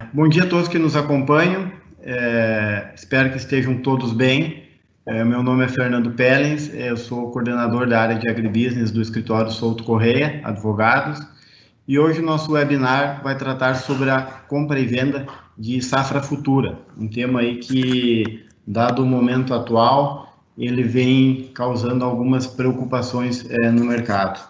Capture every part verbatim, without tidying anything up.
bom dia a todos que nos acompanham, é, espero que estejam todos bem. É, meu nome é Fernando Pellens, eu sou coordenador da área de agribusiness do escritório Souto Correia, Advogados, e hoje o nosso webinar vai tratar sobre a compra e venda de safra futura, um tema aí que, dado o momento atual, ele vem causando algumas preocupações é, no mercado.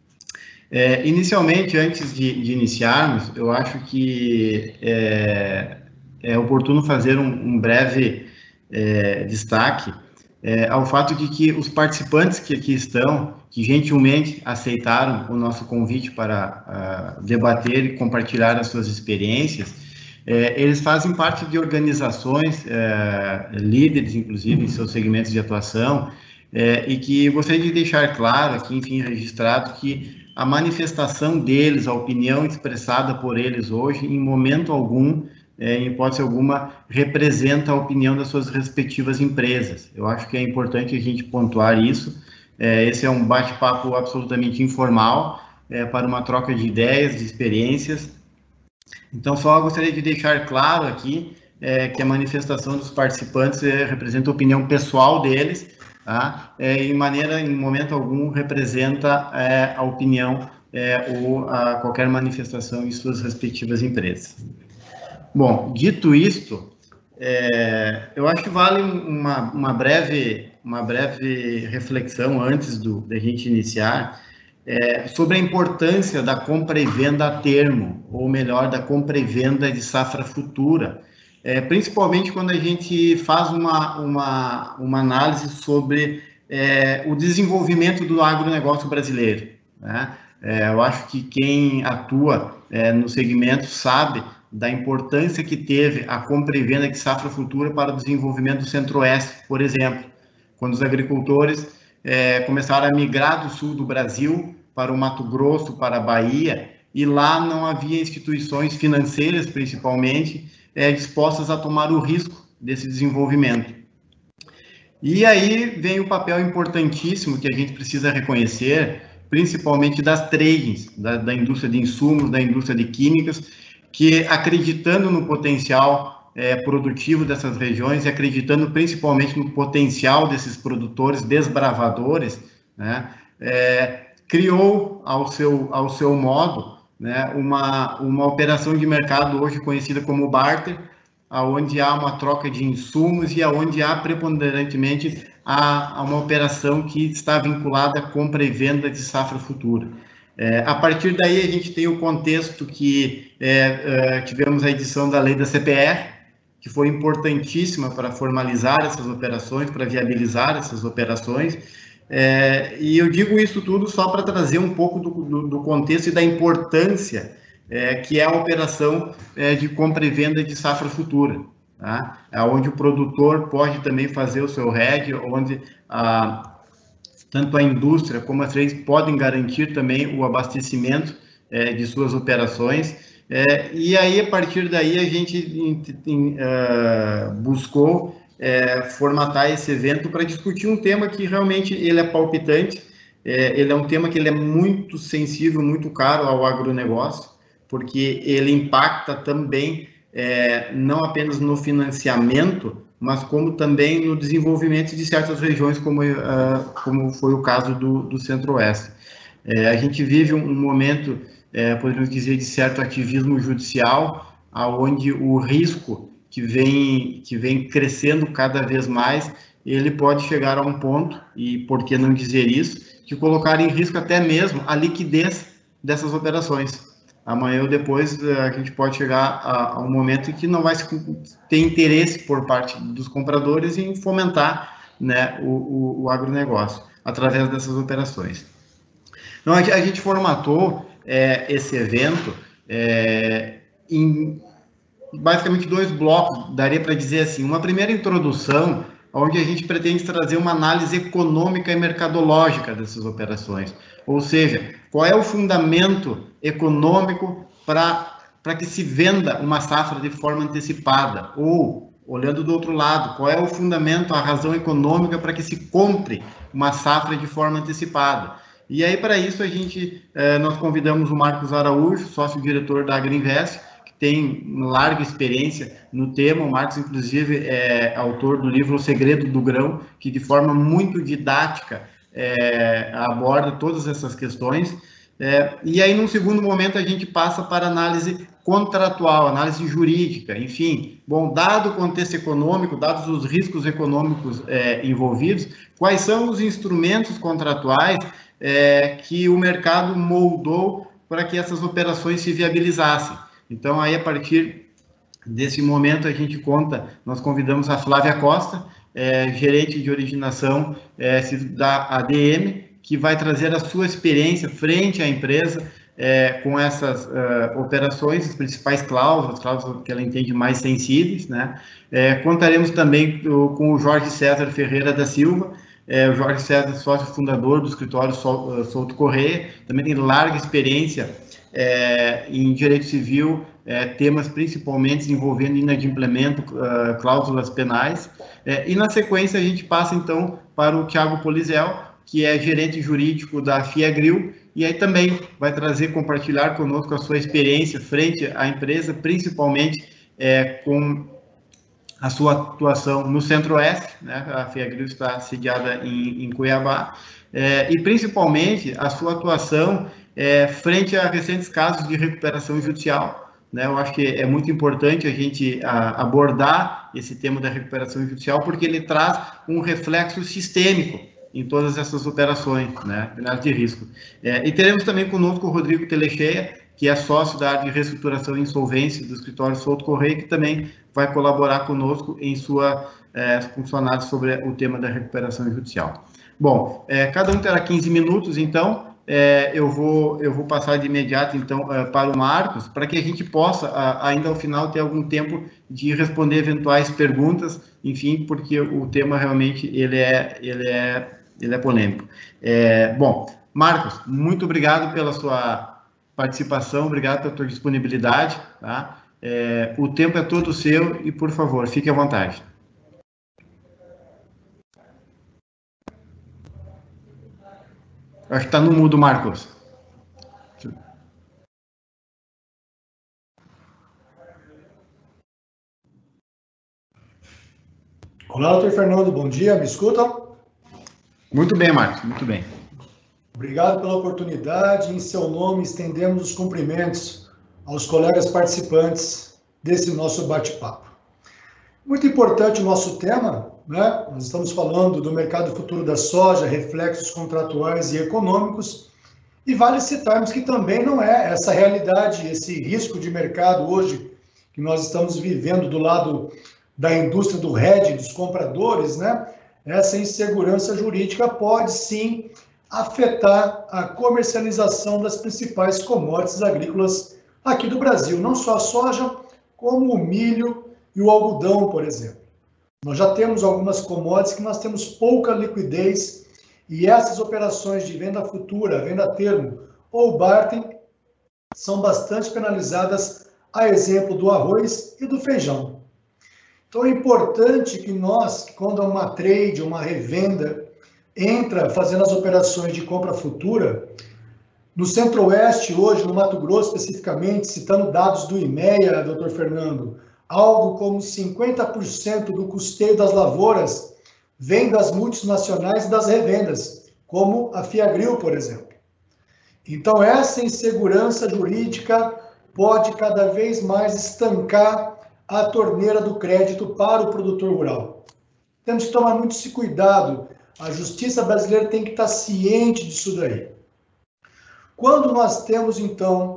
É, inicialmente, antes de, de iniciarmos, eu acho que é, é oportuno fazer um, um breve é, destaque é, ao fato de que os participantes que aqui estão, que gentilmente aceitaram o nosso convite para uh, debater e compartilhar as suas experiências, é, eles fazem parte de organizações, é, líderes, inclusive, em seus segmentos de atuação, é, e que gostaria de deixar claro aqui, enfim, registrado, que a manifestação deles, a opinião expressada por eles hoje, em momento algum, é, em hipótese alguma, representa a opinião das suas respectivas empresas. Eu acho que é importante a gente pontuar isso. É, esse é um bate-papo absolutamente informal, é, para uma troca de ideias, de experiências. Então, só gostaria de deixar claro aqui é, que a manifestação dos participantes é, representa a opinião pessoal deles, tá? É, em maneira, em momento algum, representa é, a opinião é, ou a qualquer manifestação em suas respectivas empresas. Bom, dito isto, é, eu acho que vale uma, uma, breve, uma breve reflexão antes do, da gente iniciar é, sobre a importância da compra e venda a termo, ou melhor, da compra e venda de safra futura, é, principalmente quando a gente faz uma, uma, uma análise sobre é, o desenvolvimento do agronegócio brasileiro, né? É, eu acho que quem atua é, no segmento sabe da importância que teve a compra e venda de safra futura para o desenvolvimento do Centro-Oeste, por exemplo, quando os agricultores é, começaram a migrar do sul do Brasil para o Mato Grosso, para a Bahia, e lá não havia instituições financeiras, principalmente, é, dispostas a tomar o risco desse desenvolvimento. E aí vem o papel importantíssimo que a gente precisa reconhecer, principalmente das tradings, da, da indústria de insumos, da indústria de químicas, que acreditando no potencial é, produtivo dessas regiões e acreditando principalmente no potencial desses produtores desbravadores, né, é, criou ao seu, ao seu modo, né, uma, uma operação de mercado hoje conhecida como barter, onde há uma troca de insumos e onde há preponderantemente a, a uma operação que está vinculada à compra e venda de safra futura. É, a partir daí, a gente tem o contexto que é, é, tivemos a edição da lei da C P R, que foi importantíssima para formalizar essas operações, para viabilizar essas operações, é, e eu digo isso tudo só para trazer um pouco do, do, do contexto e da importância é, que é a operação é, de compra e venda de safra futura, tá? Onde o produtor pode também fazer o seu hedge, onde a tanto a indústria como as trades podem garantir também o abastecimento é, de suas operações. É, e aí, a partir daí, a gente em, em, uh, buscou é, formatar esse evento para discutir um tema que realmente ele é palpitante, é, ele é um tema que ele é muito sensível, muito caro ao agronegócio, porque ele impacta também é, não apenas no financiamento, mas como também no desenvolvimento de certas regiões, como, uh, como foi o caso do, do Centro-Oeste. É, a gente vive um, um momento, é, podemos dizer, de certo ativismo judicial, onde o risco que vem, que vem crescendo cada vez mais, ele pode chegar a um ponto, e por que não dizer isso, de colocar em risco até mesmo a liquidez dessas operações. Amanhã ou depois a gente pode chegar a, a um momento em que não vai ter interesse por parte dos compradores em fomentar, né, o, o, o agronegócio através dessas operações. Então, a gente formatou é, esse evento é, em basicamente dois blocos, daria para dizer assim, uma primeira introdução, onde a gente pretende trazer uma análise econômica e mercadológica dessas operações, ou seja, qual é o fundamento econômico para para que se venda uma safra de forma antecipada, ou, olhando do outro lado, qual é o fundamento, a razão econômica para que se compre uma safra de forma antecipada. E aí, para isso, a gente, eh, nós convidamos o Marcos Araújo, sócio-diretor da Agrinvest, tem larga experiência no tema. O Marcos, inclusive, é autor do livro O Segredo do Grão, que de forma muito didática é, aborda todas essas questões. É, e aí, num segundo momento, a gente passa para análise contratual, análise jurídica, enfim. Bom, dado o contexto econômico, dados os riscos econômicos é, envolvidos, quais são os instrumentos contratuais é, que o mercado moldou para que essas operações se viabilizassem. Então, aí, a partir desse momento, a gente conta, nós convidamos a Flávia Costa, é, gerente de originação é, da A D M, que vai trazer a sua experiência frente à empresa é, com essas uh, operações, as principais cláusulas, cláusulas que ela entende mais sensíveis, né? É, contaremos também do, com o Jorge César Ferreira da Silva, é, o Jorge César, sócio fundador do escritório Sol, Souto Correia, também tem larga experiência é, em direito civil, é, temas principalmente envolvendo inadimplemento, uh, cláusulas penais, é, e na sequência a gente passa então para o Thiago Polizel, que é gerente jurídico da Fiagril, e aí também vai trazer, compartilhar conosco a sua experiência frente à empresa, principalmente é, com a sua atuação no Centro-Oeste, né? A Fiagril está sediada em, em Cuiabá, é, e principalmente a sua atuação é, frente a recentes casos de recuperação judicial, né? Eu acho que é muito importante a gente a, abordar esse tema da recuperação judicial, porque ele traz um reflexo sistêmico em todas essas operações, né, de risco. É, e teremos também conosco o Rodrigo Telecheia, que é sócio da área de reestruturação e insolvência do escritório Souto Correia, que também vai colaborar conosco em sua é, funcionária sobre o tema da recuperação judicial. Bom, é, cada um terá quinze minutos, então, é, eu, vou, eu vou passar de imediato, então, é, para o Marcos, para que a gente possa, a, ainda ao final, ter algum tempo de responder eventuais perguntas, enfim, porque o tema realmente, ele é, ele é ele é polêmico. É, bom, Marcos, muito obrigado pela sua participação, obrigado pela tua disponibilidade, tá? É, o tempo é todo seu e, por favor, fique à vontade. Acho que está no mudo, Marcos. Olá, doutor Fernando, bom dia, me escutam? Muito bem, Marcos, muito bem. Obrigado pela oportunidade. Em seu nome, estendemos os cumprimentos aos colegas participantes desse nosso bate-papo. Muito importante o nosso tema, né? Nós estamos falando do mercado futuro da soja, reflexos contratuais e econômicos, e vale citarmos que também não é essa realidade, esse risco de mercado hoje que nós estamos vivendo do lado da indústria do hedge, dos compradores, né? Essa insegurança jurídica pode sim afetar a comercialização das principais commodities agrícolas aqui do Brasil, não só a soja, como o milho e o algodão, por exemplo. Nós já temos algumas commodities que nós temos pouca liquidez e essas operações de venda futura, venda a termo ou barter são bastante penalizadas, a exemplo do arroz e do feijão. Então é importante que nós, quando uma trade, uma revenda, entra fazendo as operações de compra futura, no Centro-Oeste, hoje, no Mato Grosso especificamente, citando dados do IMEA, doutor Fernando, algo como cinquenta por cento do custeio das lavouras vem das multinacionais e das revendas, como a Fiagril, por exemplo. Então essa insegurança jurídica pode cada vez mais estancar a torneira do crédito para o produtor rural. Temos que tomar muito esse cuidado. A justiça brasileira tem que estar ciente disso daí. Quando nós temos, então,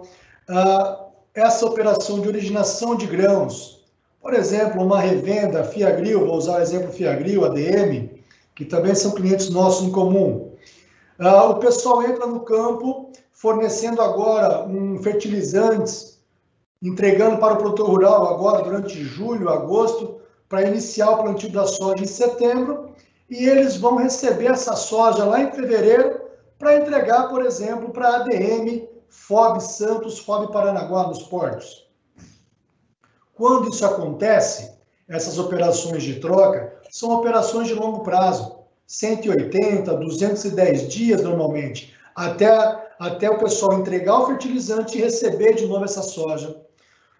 essa operação de originação de grãos, por exemplo, uma revenda, a Fiagril, vou usar o exemplo Fiagril, A D M, que também são clientes nossos em comum, o pessoal entra no campo fornecendo agora um fertilizantes, entregando para o produtor rural agora, durante julho, agosto, para iniciar o plantio da soja em setembro, e eles vão receber essa soja lá em fevereiro para entregar, por exemplo, para a A D M, F O B Santos, F O B Paranaguá, nos portos. Quando isso acontece, essas operações de troca são operações de longo prazo, cento e oitenta, duzentos e dez dias normalmente, até, até o pessoal entregar o fertilizante e receber de novo essa soja.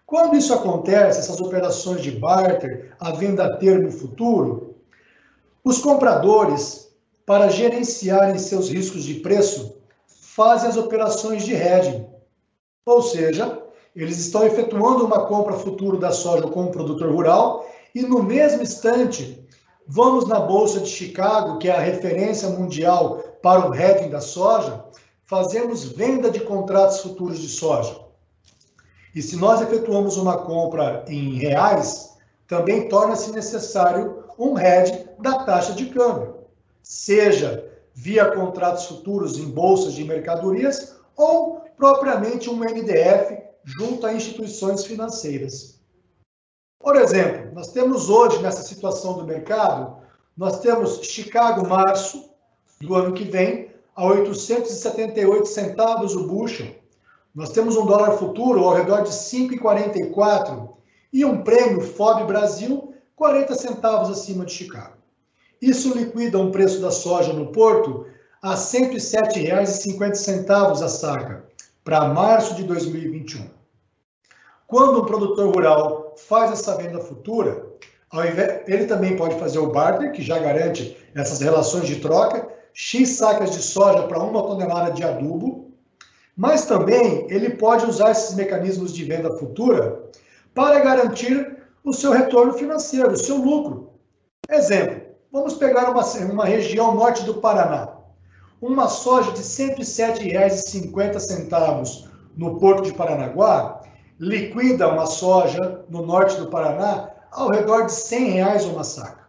Quando isso acontece, essas operações de barter, a venda a termo futuro, os compradores, para gerenciarem seus riscos de preço, fazem as operações de hedging. Ou seja, eles estão efetuando uma compra futuro da soja com o produtor rural e no mesmo instante, vamos na Bolsa de Chicago, que é a referência mundial para o hedging da soja, fazemos venda de contratos futuros de soja. E se nós efetuamos uma compra em reais, também torna-se necessário um hedge da taxa de câmbio, seja via contratos futuros em bolsas de mercadorias ou propriamente um N D F junto a instituições financeiras. Por exemplo, nós temos hoje, nessa situação do mercado, nós temos Chicago março do ano que vem a oitocentos e setenta e oito centavos o bushel. Nós temos um dólar futuro ao redor de cinco reais e quarenta e quatro centavos e um prêmio F O B Brasil quarenta centavos acima de Chicago. Isso liquida um preço da soja no porto a cento e sete reais e cinquenta centavos a saca para março de dois mil e vinte e um. Quando um produtor rural faz essa venda futura, ao invés, ele também pode fazer o barter, que já garante essas relações de troca, X sacas de soja para uma tonelada de adubo, mas também ele pode usar esses mecanismos de venda futura para garantir o seu retorno financeiro, o seu lucro. Exemplo, vamos pegar uma, uma região norte do Paraná. Uma soja de cento e sete reais e cinquenta centavos no Porto de Paranaguá liquida uma soja no norte do Paraná ao redor de cem reais uma saca.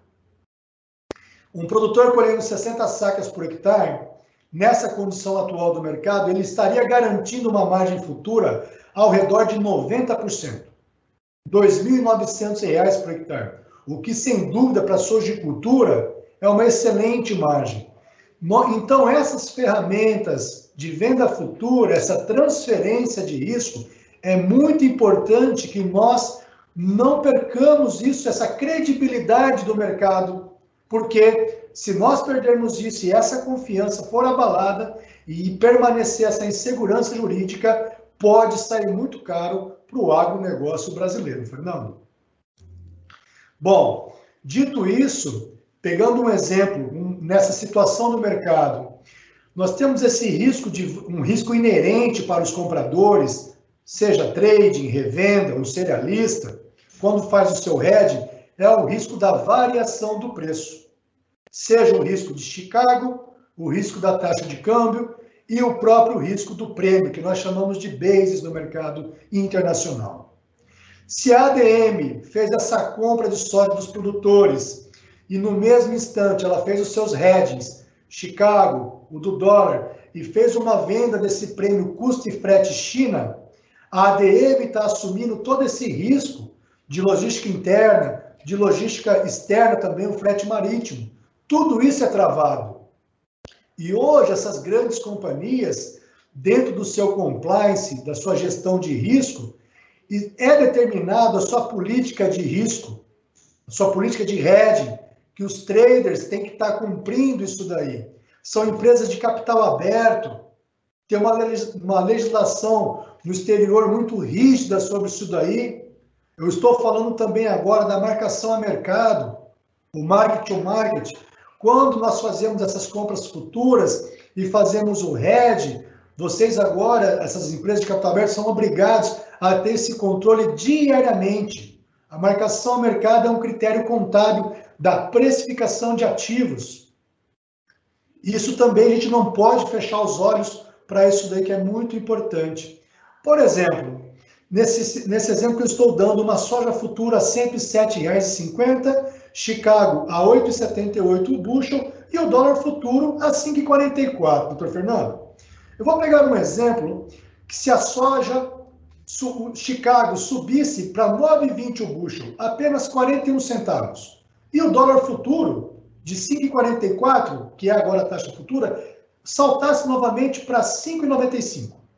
Um produtor colhendo sessenta sacas por hectare, nessa condição atual do mercado, ele estaria garantindo uma margem futura ao redor de noventa por cento. dois mil e novecentos reais por hectare, o que sem dúvida para a sojicultura é uma excelente margem. Então essas ferramentas de venda futura, essa transferência de risco, é muito importante que nós não percamos isso, essa credibilidade do mercado, porque se nós perdermos isso e essa confiança for abalada e permanecer essa insegurança jurídica, pode sair muito caro para o agronegócio brasileiro, Fernando. Bom, dito isso, pegando um exemplo, um, nessa situação do mercado, nós temos esse risco, de um risco inerente para os compradores, seja trading, revenda, ou cerealista, quando faz o seu hedging, é o risco da variação do preço. Seja o risco de Chicago, o risco da taxa de câmbio e o próprio risco do prêmio, que nós chamamos de bases no mercado internacional. Se a A D M fez essa compra de soja dos produtores e no mesmo instante ela fez os seus hedgings, Chicago, o do dólar, e fez uma venda desse prêmio custo e frete China, a A D M está assumindo todo esse risco de logística interna, de logística externa também, o frete marítimo. Tudo isso é travado. E hoje essas grandes companhias, dentro do seu compliance, da sua gestão de risco, é determinado a sua política de risco, a sua política de hedging, que os traders têm que estar cumprindo isso daí. São empresas de capital aberto, tem uma, uma legislação no exterior muito rígida sobre isso daí. Eu estou falando também agora da marcação a mercado, o market to market. Quando nós fazemos essas compras futuras e fazemos o hedge, vocês agora, essas empresas de capital aberto, são obrigados a ter esse controle diariamente. A marcação a mercado é um critério contábil da precificação de ativos. Isso também a gente não pode fechar os olhos para isso daí, que é muito importante. Por exemplo, nesse, nesse exemplo que eu estou dando, uma soja futura a cento e sete reais e cinquenta centavos, Chicago a oito reais e setenta e oito centavos o bushel e o dólar futuro a cinco reais e quarenta e quatro centavos, doutor Fernando. Eu vou pegar um exemplo que se a soja Chicago subisse para nove reais e vinte centavos o bushel, apenas quarenta e um centavos, e o dólar futuro de cinco reais e quarenta e quatro centavos, que é agora a taxa futura, saltasse novamente para cinco reais e noventa e cinco centavos.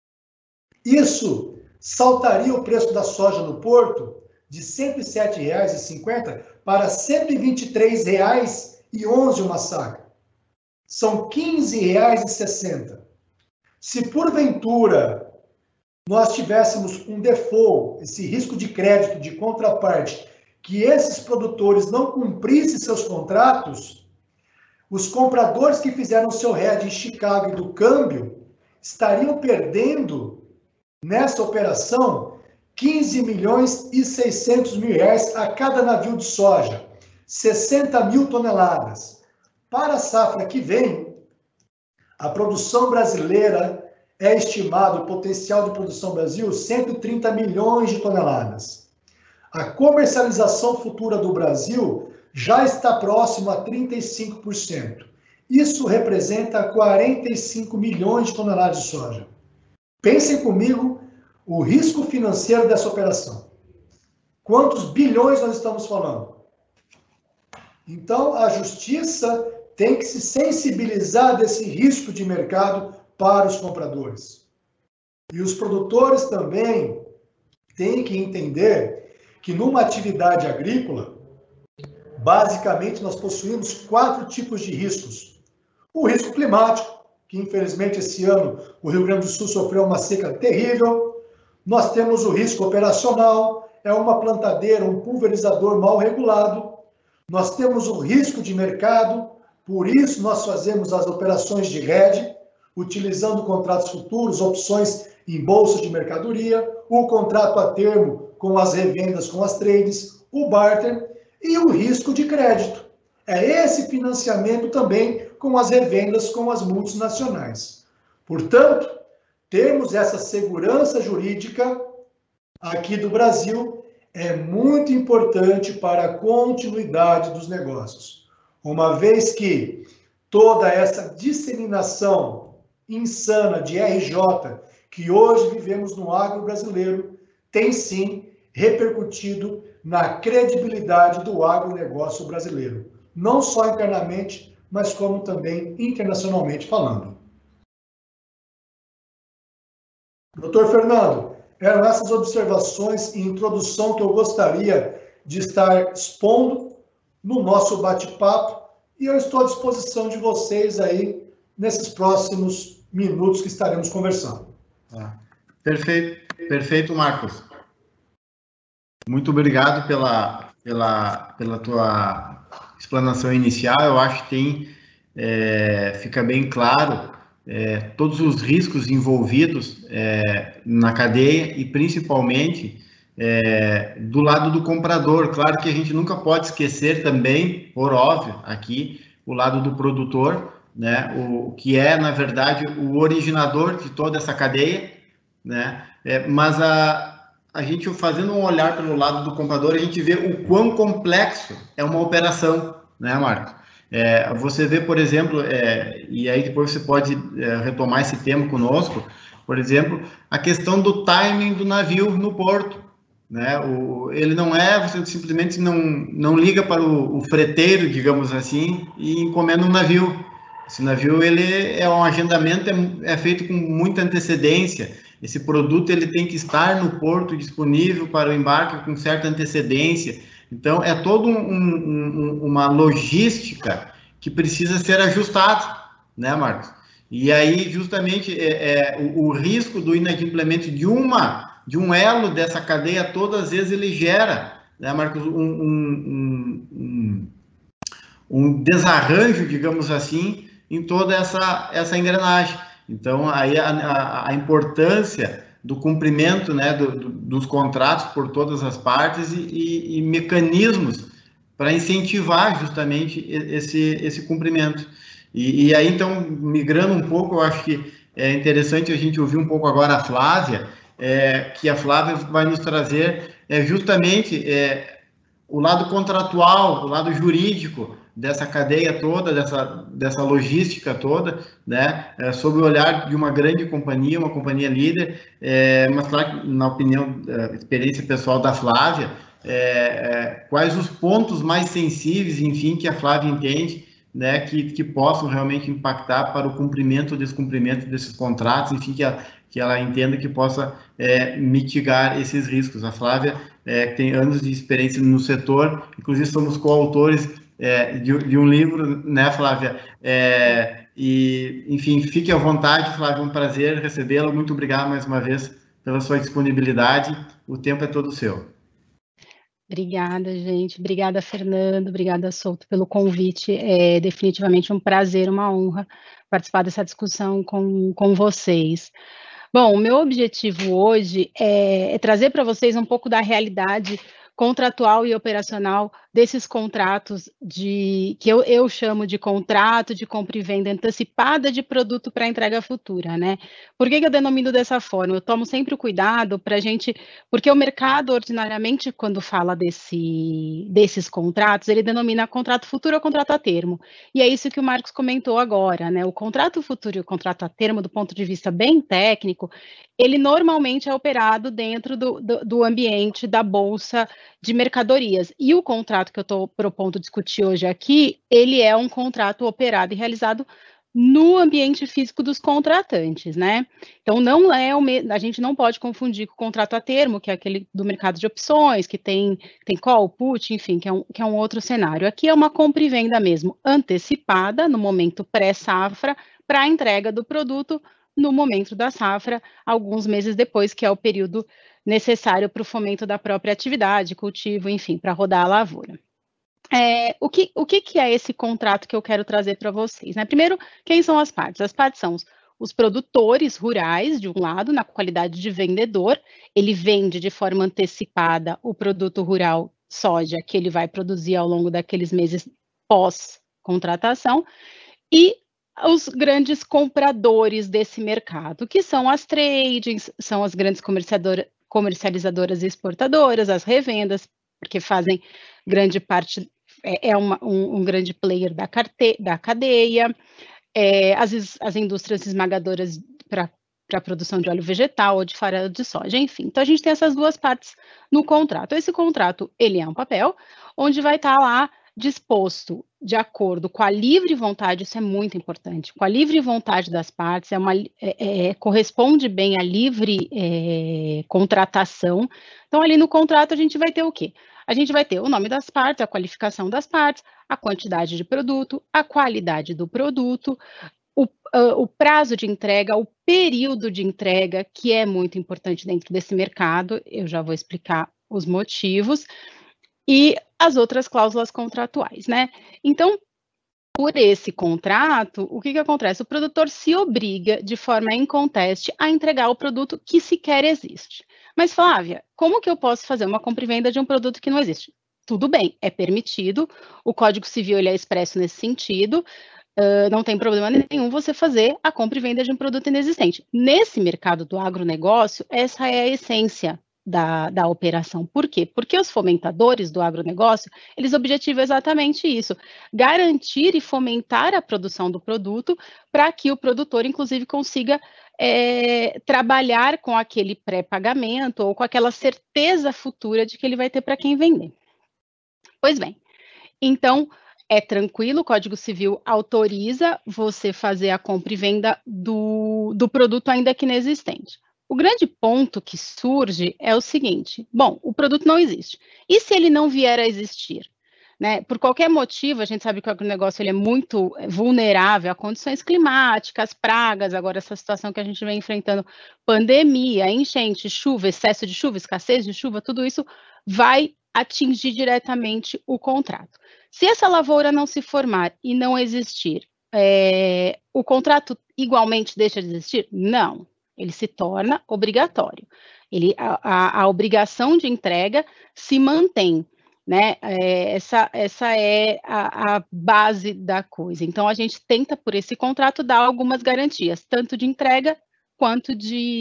Isso saltaria o preço da soja no porto de cento e sete reais e cinquenta centavos para cento e vinte e três reais e onze centavos uma saca. São quinze reais e sessenta centavos. Se porventura nós tivéssemos um default, esse risco de crédito de contraparte, que esses produtores não cumprissem seus contratos, os compradores que fizeram seu hedge em Chicago e do câmbio estariam perdendo nessa operação quinze milhões e seiscentos mil reais a cada navio de soja, sessenta mil toneladas. Para a safra que vem, a produção brasileira é estimado, o potencial de produção do Brasil, cento e trinta milhões de toneladas. A comercialização futura do Brasil já está próximo a trinta e cinco por cento. Isso representa quarenta e cinco milhões de toneladas de soja. Pensem comigo o risco financeiro dessa operação. Quantos bilhões nós estamos falando? Então, a justiça tem que se sensibilizar desse risco de mercado para os compradores. E os produtores também têm que entender que numa atividade agrícola, basicamente nós possuímos quatro tipos de riscos. O risco climático, que infelizmente esse ano o Rio Grande do Sul sofreu uma seca terrível. Nós temos o risco operacional, é uma plantadeira, um pulverizador mal regulado. Nós temos o risco de mercado, por isso nós fazemos as operações de hedge, utilizando contratos futuros, opções em bolsa de mercadoria, o contrato a termo com as revendas com as trades, o barter e o risco de crédito. É esse financiamento também com as revendas com as multinacionais. Portanto, termos essa segurança jurídica aqui do Brasil é muito importante para a continuidade dos negócios. Uma vez que toda essa disseminação insana de R J que hoje vivemos no agro brasileiro tem sim repercutido na credibilidade do agronegócio brasileiro, não só internamente, mas como também internacionalmente falando. Doutor Fernando, eram essas observações e introdução que eu gostaria de estar expondo no nosso bate-papo e eu estou à disposição de vocês aí nesses próximos minutos que estaremos conversando. Ah, perfeito, perfeito, Marcos. Muito obrigado pela, pela, pela tua explanação inicial. Eu acho que tem, é, fica bem claro é, todos os riscos envolvidos é, na cadeia e principalmente é, do lado do comprador. Claro que a gente nunca pode esquecer também, por óbvio, aqui, o lado do produtor, né, o que é, na verdade, o originador de toda essa cadeia, né, é, mas a, a gente fazendo um olhar pelo lado do comprador, a gente vê o quão complexo é uma operação, né, Marcos? É, você vê, por exemplo, é, e aí depois você pode é, retomar esse tema conosco, por exemplo, a questão do timing do navio no porto, né? O, ele não é, você simplesmente não, não liga para o, o freteiro, digamos assim, e encomenda um navio. Esse navio, ele é um agendamento, é, é feito com muita antecedência. Esse produto, ele tem que estar no porto disponível para o embarque com certa antecedência. Então, é toda um, um, uma logística que precisa ser ajustada, né, Marcos? E aí, justamente, é, é, o, o risco do inadimplemento de, uma, de um elo dessa cadeia toda, às vezes, ele gera, né, Marcos, um, um, um, um desarranjo, digamos assim, em toda essa, essa engrenagem. Então, aí a, a, a importância do cumprimento, né, do, do, dos contratos por todas as partes e, e, e mecanismos para incentivar justamente esse, esse cumprimento. E, e aí, então, migrando um pouco, eu acho que é interessante a gente ouvir um pouco agora a Flávia, é, que a Flávia vai nos trazer é, justamente é, o lado contratual, o lado jurídico dessa cadeia toda, dessa, dessa logística toda, né, é, sob o olhar de uma grande companhia, uma companhia líder, é, mas claro que, na opinião, é, experiência pessoal da Flávia, é, é, quais os pontos mais sensíveis, enfim, que a Flávia entende, né, que, que possam realmente impactar para o cumprimento ou descumprimento desses contratos, enfim, que, a, que ela entenda que possa é, mitigar esses riscos. A Flávia é, tem anos de experiência no setor, inclusive somos coautores é, de, de um livro, né, Flávia? É, e, enfim, fique à vontade, Flávia, é um prazer recebê-la. Muito obrigado mais uma vez pela sua disponibilidade. O tempo é todo seu. Obrigada, gente. Obrigada, Fernando. Obrigada, Souto, pelo convite. É definitivamente um prazer, uma honra participar dessa discussão com, com vocês. Bom, o meu objetivo hoje é, é trazer para vocês um pouco da realidade contratual e operacional desses contratos de que eu, eu chamo de contrato de compra e venda antecipada de produto para entrega futura, né? Por que, que eu denomino dessa forma? Eu tomo sempre o cuidado para a gente, porque o mercado, ordinariamente, quando fala desse, desses contratos, ele denomina contrato futuro ou contrato a termo. E é isso que o Marcos comentou agora, né? O contrato futuro e o contrato a termo, do ponto de vista bem técnico, ele normalmente é operado dentro do, do, do ambiente da Bolsa de Mercadorias. E o contrato que eu estou propondo discutir hoje aqui, ele é um contrato operado e realizado no ambiente físico dos contratantes, né? Então, não é o me... a gente não pode confundir com o contrato a termo, que é aquele do mercado de opções, que tem, tem call, put, enfim, que é, um, que é um outro cenário. Aqui é uma compra e venda mesmo, antecipada, no momento pré-safra, para a entrega do produto no momento da safra, alguns meses depois, que é o período necessário para o fomento da própria atividade, cultivo, enfim, para rodar a lavoura. É, o que, o que, que é esse contrato que eu quero trazer para vocês? Né? Primeiro, quem são as partes? As partes são os, os produtores rurais, de um lado, na qualidade de vendedor, ele vende de forma antecipada o produto rural soja que ele vai produzir ao longo daqueles meses pós-contratação, e os grandes compradores desse mercado, que são as tradings, são as grandes comercializadoras e exportadoras, as revendas, porque fazem grande parte, é, é uma, um, um grande player da, carte, da cadeia, é, as, as indústrias esmagadoras para para a produção de óleo vegetal ou de farelo de soja, enfim. Então, a gente tem essas duas partes no contrato. Esse contrato, ele é um papel, onde vai estar lá disposto de acordo com a livre vontade, isso é muito importante, com a livre vontade das partes, é uma, é, é, corresponde bem à livre é, contratação. Então, ali no contrato, a gente vai ter o quê? A gente vai ter o nome das partes, a qualificação das partes, a quantidade de produto, a qualidade do produto, o, uh, o prazo de entrega, o período de entrega, que é muito importante dentro desse mercado, eu já vou explicar os motivos, e as outras cláusulas contratuais, né? Então, por esse contrato, o que que acontece? O produtor se obriga, de forma inconteste, a entregar o produto que sequer existe. Mas, Flávia, como que eu posso fazer uma compra e venda de um produto que não existe? Tudo bem, é permitido, o Código Civil ele é expresso nesse sentido, Uh, não tem problema nenhum você fazer a compra e venda de um produto inexistente. Nesse mercado do agronegócio, essa é a essência da, da operação. Por quê? Porque os fomentadores do agronegócio, eles objetivam exatamente isso, garantir e fomentar a produção do produto para que o produtor, inclusive, consiga é, trabalhar com aquele pré-pagamento ou com aquela certeza futura de que ele vai ter para quem vender. Pois bem, então, é tranquilo, o Código Civil autoriza você fazer a compra e venda do, do produto ainda que inexistente. O grande ponto que surge é o seguinte, bom, o produto não existe. E se ele não vier a existir? Né? Por qualquer motivo, a gente sabe que o agronegócio ele é muito vulnerável a condições climáticas, pragas, agora essa situação que a gente vem enfrentando, pandemia, enchente, chuva, excesso de chuva, escassez de chuva, tudo isso vai atingir diretamente o contrato. Se essa lavoura não se formar e não existir, é, o contrato igualmente deixa de existir? Não, ele se torna obrigatório. Ele, a, a, a obrigação de entrega se mantém, né? É, essa, essa é a, a base da coisa. Então, a gente tenta, por esse contrato, dar algumas garantias, tanto de entrega quanto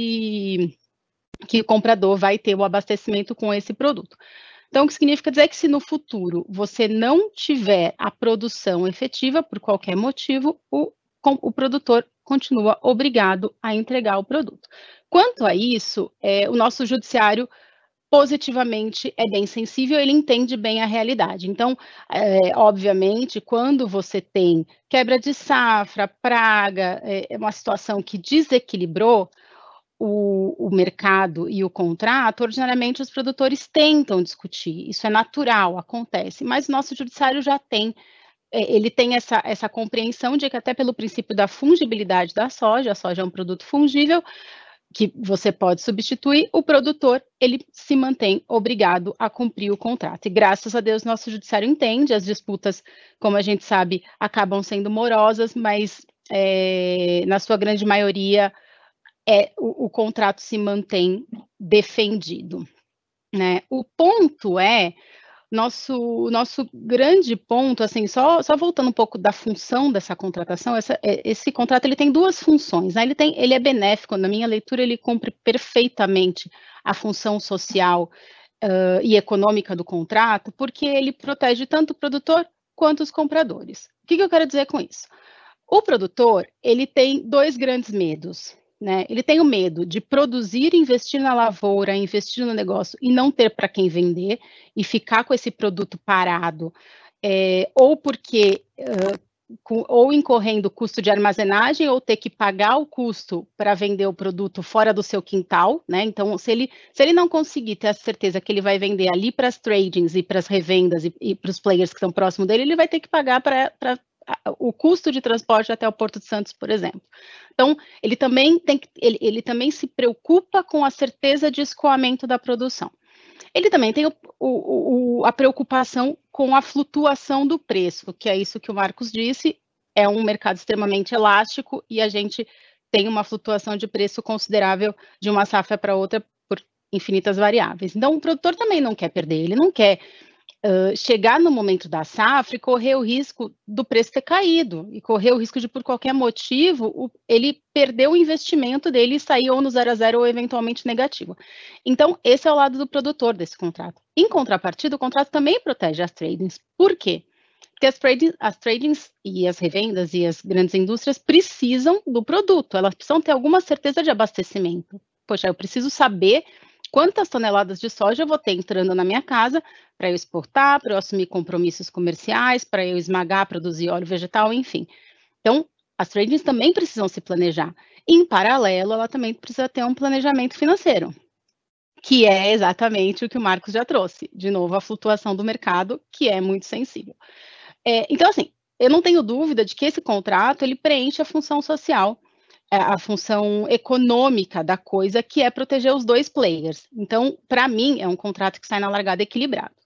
de que o comprador vai ter o abastecimento com esse produto. Então, o que significa dizer que se no futuro você não tiver a produção efetiva, por qualquer motivo, o, o produtor continua obrigado a entregar o produto. Quanto a isso, é, o nosso judiciário positivamente é bem sensível, ele entende bem a realidade. Então, é, obviamente, quando você tem quebra de safra, praga, é uma situação que desequilibrou O, o mercado e o contrato, ordinariamente os produtores tentam discutir, isso é natural, acontece, mas o nosso judiciário já tem, ele tem essa, essa compreensão de que até pelo princípio da fungibilidade da soja, a soja é um produto fungível, que você pode substituir, o produtor, ele se mantém obrigado a cumprir o contrato. E graças a Deus, nosso judiciário entende, as disputas, como a gente sabe, acabam sendo morosas, mas é, na sua grande maioria, é, o, o contrato se mantém defendido, né? O ponto é, nosso, nosso grande ponto, assim, só, só voltando um pouco da função dessa contratação, essa, esse contrato ele tem duas funções, né? Ele, tem, ele é benéfico, na minha leitura, ele cumpre perfeitamente a função social uh, e econômica do contrato, porque ele protege tanto o produtor quanto os compradores. O que, que eu quero dizer com isso? O produtor, ele tem dois grandes medos, né? Ele tem o medo de produzir, investir na lavoura, investir no negócio e não ter para quem vender e ficar com esse produto parado, é, ou porque uh, com, ou incorrendo custo de armazenagem ou ter que pagar o custo para vender o produto fora do seu quintal, né? Então, se ele, se ele não conseguir ter a certeza que ele vai vender ali para as tradings e para as revendas e, e para os players que estão próximos dele, ele vai ter que pagar para o custo de transporte até o Porto de Santos, por exemplo. Então, ele também, tem, ele, ele também se preocupa com a certeza de escoamento da produção. Ele também tem o, o, o, a preocupação com a flutuação do preço, que é isso que o Marcos disse, é um mercado extremamente elástico e a gente tem uma flutuação de preço considerável de uma safra para outra por infinitas variáveis. Então, o produtor também não quer perder, ele não quer Uh, chegar no momento da safra e correr o risco do preço ter caído, e correr o risco de, por qualquer motivo, o, ele perder o investimento dele e sair ou no zero a zero ou eventualmente negativo. Então, esse é o lado do produtor desse contrato. Em contrapartida, o contrato também protege as tradings. Por quê? Porque as, trading, as tradings e as revendas e as grandes indústrias precisam do produto, elas precisam ter alguma certeza de abastecimento. Poxa, eu preciso saber quantas toneladas de soja eu vou ter entrando na minha casa para eu exportar, para eu assumir compromissos comerciais, para eu esmagar, produzir óleo vegetal, enfim. Então, as tradings também precisam se planejar. Em paralelo, ela também precisa ter um planejamento financeiro, que é exatamente o que o Marcos já trouxe. De novo, a flutuação do mercado, que é muito sensível. É, então, assim, eu não tenho dúvida de que esse contrato, ele preenche a função social, a função econômica da coisa, que é proteger os dois players. Então, para mim, é um contrato que sai na largada equilibrado.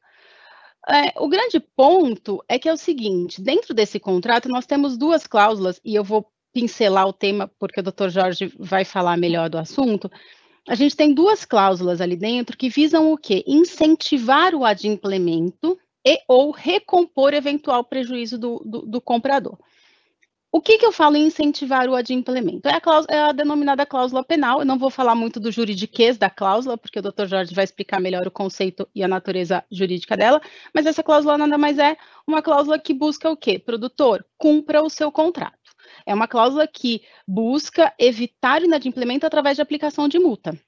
É, o grande ponto é que é o seguinte, dentro desse contrato nós temos duas cláusulas, e eu vou pincelar o tema porque o doutor Jorge vai falar melhor do assunto. A gente tem duas cláusulas ali dentro que visam o quê? Incentivar o adimplemento e ou recompor eventual prejuízo do, do, do comprador. O que, que eu falo em incentivar o adimplemento? É a, cláusula, é a denominada cláusula penal. Eu não vou falar muito do juridiquês da cláusula, porque o doutor Jorge vai explicar melhor o conceito e a natureza jurídica dela, mas essa cláusula nada mais é uma cláusula que busca o quê? Produtor, cumpra o seu contrato. É uma cláusula que busca evitar o inadimplemento através de aplicação de multa.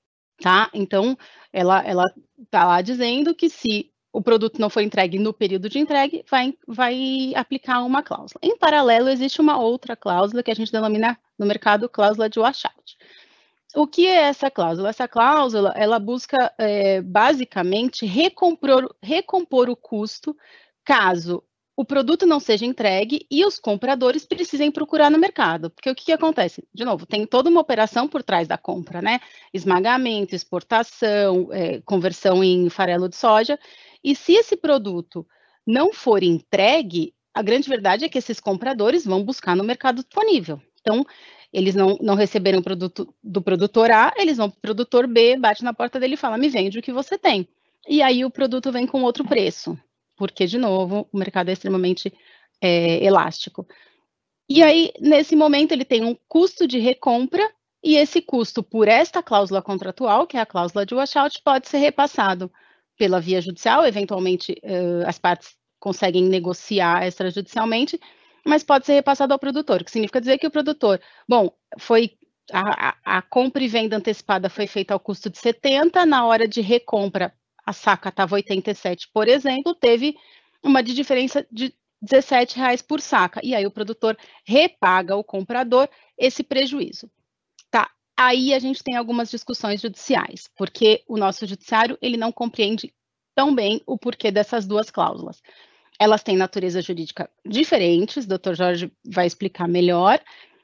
Tá? Então, ela está lá dizendo que se o produto não for entregue no período de entregue, vai, vai aplicar uma cláusula. Em paralelo, existe uma outra cláusula que a gente denomina no mercado cláusula de washout. O que é essa cláusula? Essa cláusula, ela busca é, basicamente recompor, recompor o custo caso o produto não seja entregue e os compradores precisem procurar no mercado. Porque o que, que acontece? De novo, tem toda uma operação por trás da compra, né? Esmagamento, exportação, é, conversão em farelo de soja. E se esse produto não for entregue, a grande verdade é que esses compradores vão buscar no mercado disponível. Então, eles não, não receberam o produto do produtor A, eles vão para o produtor B, bate na porta dele e fala, me vende o que você tem. E aí o produto vem com outro preço, porque, de novo, o mercado é extremamente é, elástico. E aí, nesse momento, ele tem um custo de recompra, e esse custo, por esta cláusula contratual, que é a cláusula de washout, pode ser repassado pela via judicial, eventualmente uh, as partes conseguem negociar extrajudicialmente, mas pode ser repassado ao produtor, o que significa dizer que o produtor, bom, foi a, a, a compra e venda antecipada foi feita ao custo de setenta, na hora de recompra a saca estava oitenta e sete, por exemplo, teve uma de diferença de dezessete reais por saca, e aí o produtor repaga ao comprador esse prejuízo. Tá, aí a gente tem algumas discussões judiciais, porque o nosso judiciário, ele não compreende tão bem o porquê dessas duas cláusulas. Elas têm natureza jurídica diferentes, o doutor Jorge vai explicar melhor,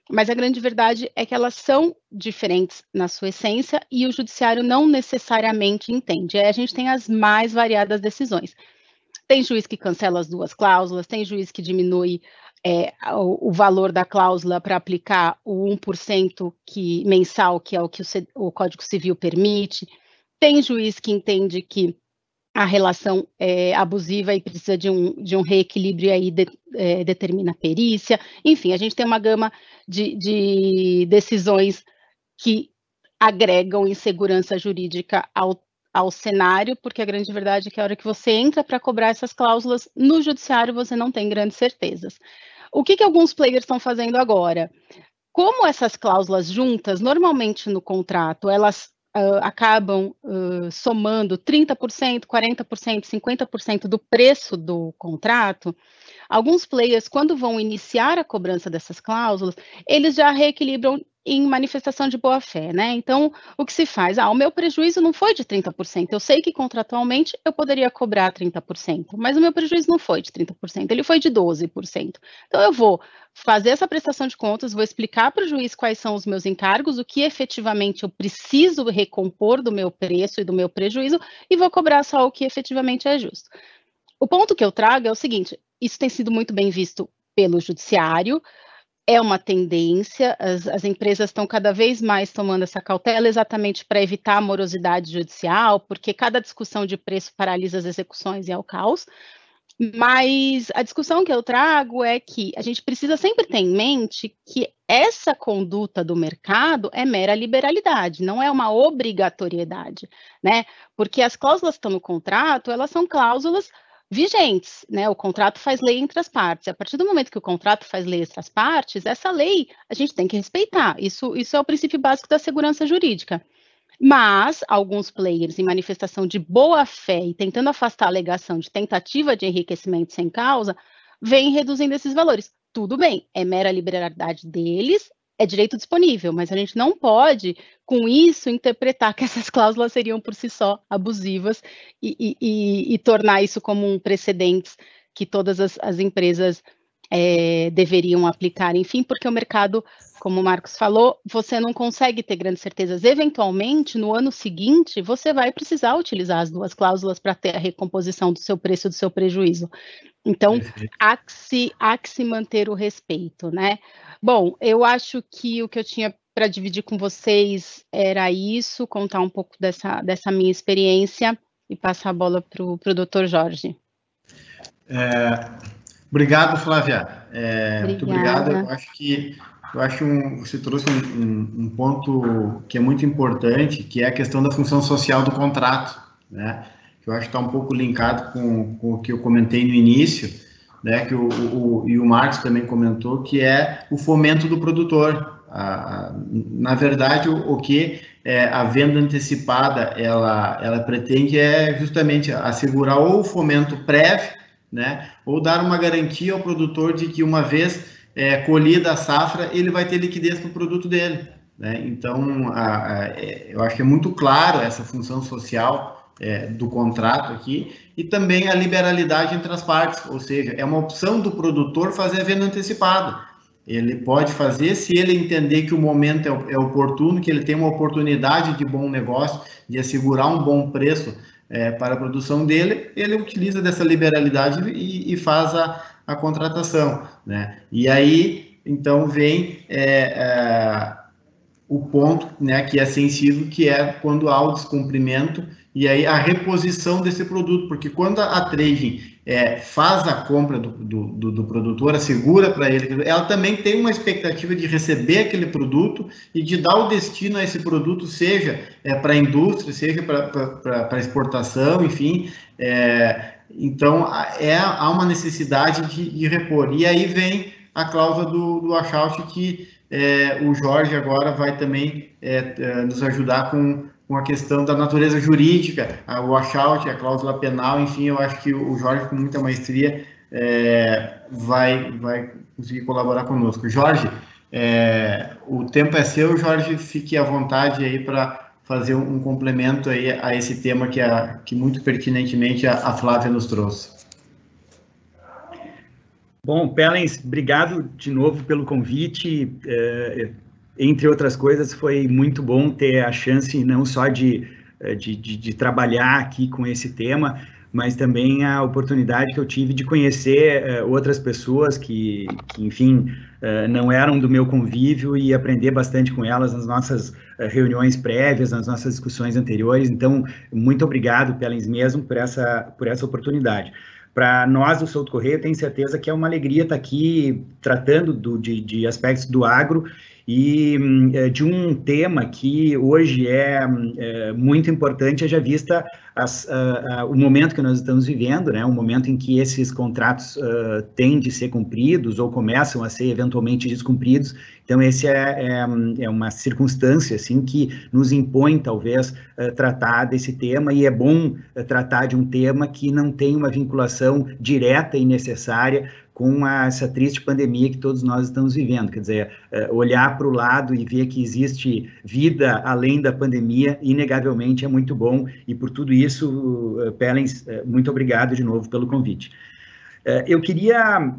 mas a grande verdade é que elas são diferentes na sua essência e o judiciário não necessariamente entende. Aí a gente tem as mais variadas decisões. Tem juiz que cancela as duas cláusulas, tem juiz que diminui é, o, o valor da cláusula para aplicar o um por cento que, mensal, que é o que o, o Código Civil permite, tem juiz que entende que a relação é abusiva e precisa de um, de um reequilíbrio e aí de, é, determina a perícia. Enfim, a gente tem uma gama de, de decisões que agregam insegurança jurídica ao, ao cenário, porque a grande verdade é que a hora que você entra para cobrar essas cláusulas, no judiciário você não tem grandes certezas. O que, que alguns players estão fazendo agora? Como essas cláusulas juntas, normalmente no contrato, elas Uh, acabam uh, somando trinta por cento, quarenta por cento, cinquenta por cento do preço do contrato, alguns players, quando vão iniciar a cobrança dessas cláusulas, eles já reequilibram em manifestação de boa-fé, né? Então, o que se faz? Ah, o meu prejuízo não foi de trinta por cento, eu sei que contratualmente eu poderia cobrar trinta por cento, mas o meu prejuízo não foi de trinta por cento, ele foi de doze por cento. Então, eu vou fazer essa prestação de contas, vou explicar para o juiz quais são os meus encargos, o que efetivamente eu preciso recompor do meu preço e do meu prejuízo, e vou cobrar só o que efetivamente é justo. O ponto que eu trago é o seguinte: isso tem sido muito bem visto pelo judiciário, é uma tendência, as, as empresas estão cada vez mais tomando essa cautela exatamente para evitar a morosidade judicial, porque cada discussão de preço paralisa as execuções e é o caos. Mas a discussão que eu trago é que a gente precisa sempre ter em mente que essa conduta do mercado é mera liberalidade, não é uma obrigatoriedade, né? Porque as cláusulas que estão no contrato, elas são cláusulas vigentes, né? O contrato faz lei entre as partes. A partir do momento que o contrato faz lei entre as partes, essa lei a gente tem que respeitar. Isso, isso é o princípio básico da segurança jurídica. Mas alguns players, em manifestação de boa-fé e tentando afastar a alegação de tentativa de enriquecimento sem causa, vêm reduzindo esses valores. Tudo bem, é mera liberalidade deles, é direito disponível, mas a gente não pode, com isso, interpretar que essas cláusulas seriam por si só abusivas e, e, e tornar isso como um precedente que todas as, as empresas é, deveriam aplicar, enfim, porque o mercado, como o Marcos falou, você não consegue ter grandes certezas. Eventualmente, no ano seguinte, você vai precisar utilizar as duas cláusulas para ter a recomposição do seu preço e do seu prejuízo. Então, há que, se, há que se manter o respeito, né? Bom, eu acho que o que eu tinha para dividir com vocês era isso, contar um pouco dessa, dessa minha experiência e passar a bola para o doutor Jorge. É, obrigado, Flávia. É, muito obrigado. Eu acho que eu acho um, você trouxe um, um, um ponto que é muito importante, que é a questão da função social do contrato, né? Que eu acho que está um pouco linkado com, com o que eu comentei no início, né? Que o, o, e o Marcos também comentou, que é o fomento do produtor. A, na verdade, o, o que é, a venda antecipada ela, ela pretende é justamente assegurar ou o fomento prévio, né? Ou dar uma garantia ao produtor de que uma vez é, colhida a safra, ele vai ter liquidez para o produto dele, né? Então, a, a, eu acho que é muito claro essa função social É, do contrato aqui, e também a liberalidade entre as partes, ou seja, é uma opção do produtor fazer a venda antecipada. Ele pode fazer se ele entender que o momento é, é oportuno, que ele tem uma oportunidade de bom negócio, de assegurar um bom preço é, para a produção dele, ele utiliza dessa liberalidade e, e faz a, a contratação, né? E aí, então, vem é, é, o ponto, né, que é sensível, que é quando há o descumprimento e aí a reposição desse produto, porque quando a trading é, faz a compra do, do, do produtor, assegura para ele, ela também tem uma expectativa de receber aquele produto e de dar o destino a esse produto, seja é, para a indústria, seja para exportação, enfim. É, então, é, há uma necessidade de, de repor. E aí vem a cláusula do, do washout, que é, o Jorge agora vai também é, é, nos ajudar com com a questão da natureza jurídica, a washout, a cláusula penal, enfim, eu acho que o Jorge, com muita maestria, é, vai, vai conseguir colaborar conosco. Jorge, é, o tempo é seu, Jorge, fique à vontade aí para fazer um, um complemento aí a esse tema que, a, que muito pertinentemente a, a Flávia nos trouxe. Bom, Pellens, obrigado de novo pelo convite. É, entre outras coisas, foi muito bom ter a chance não só de, de, de, de trabalhar aqui com esse tema, mas também a oportunidade que eu tive de conhecer uh, outras pessoas que, que enfim, uh, não eram do meu convívio e aprender bastante com elas nas nossas uh, reuniões prévias, nas nossas discussões anteriores. Então, muito obrigado, Pellens, mesmo, por essa, por essa oportunidade. Para nós do Souto Correia, eu tenho certeza que é uma alegria estar aqui tratando do, de, de aspectos do agro e de um tema que hoje é, é muito importante, haja vista as, a, a, o momento que nós estamos vivendo, né, um momento em que esses contratos uh, têm de ser cumpridos ou começam a ser eventualmente descumpridos. Então, esse é, é, é uma circunstância assim, que nos impõe, talvez, uh, tratar desse tema, e é bom uh, tratar de um tema que não tem uma vinculação direta e necessária com a, essa triste pandemia que todos nós estamos vivendo. Quer dizer, uh, olhar para o lado e ver que existe vida além da pandemia, inegavelmente é muito bom, e por tudo isso, uh, Pellens, uh, muito obrigado de novo pelo convite. Uh, eu queria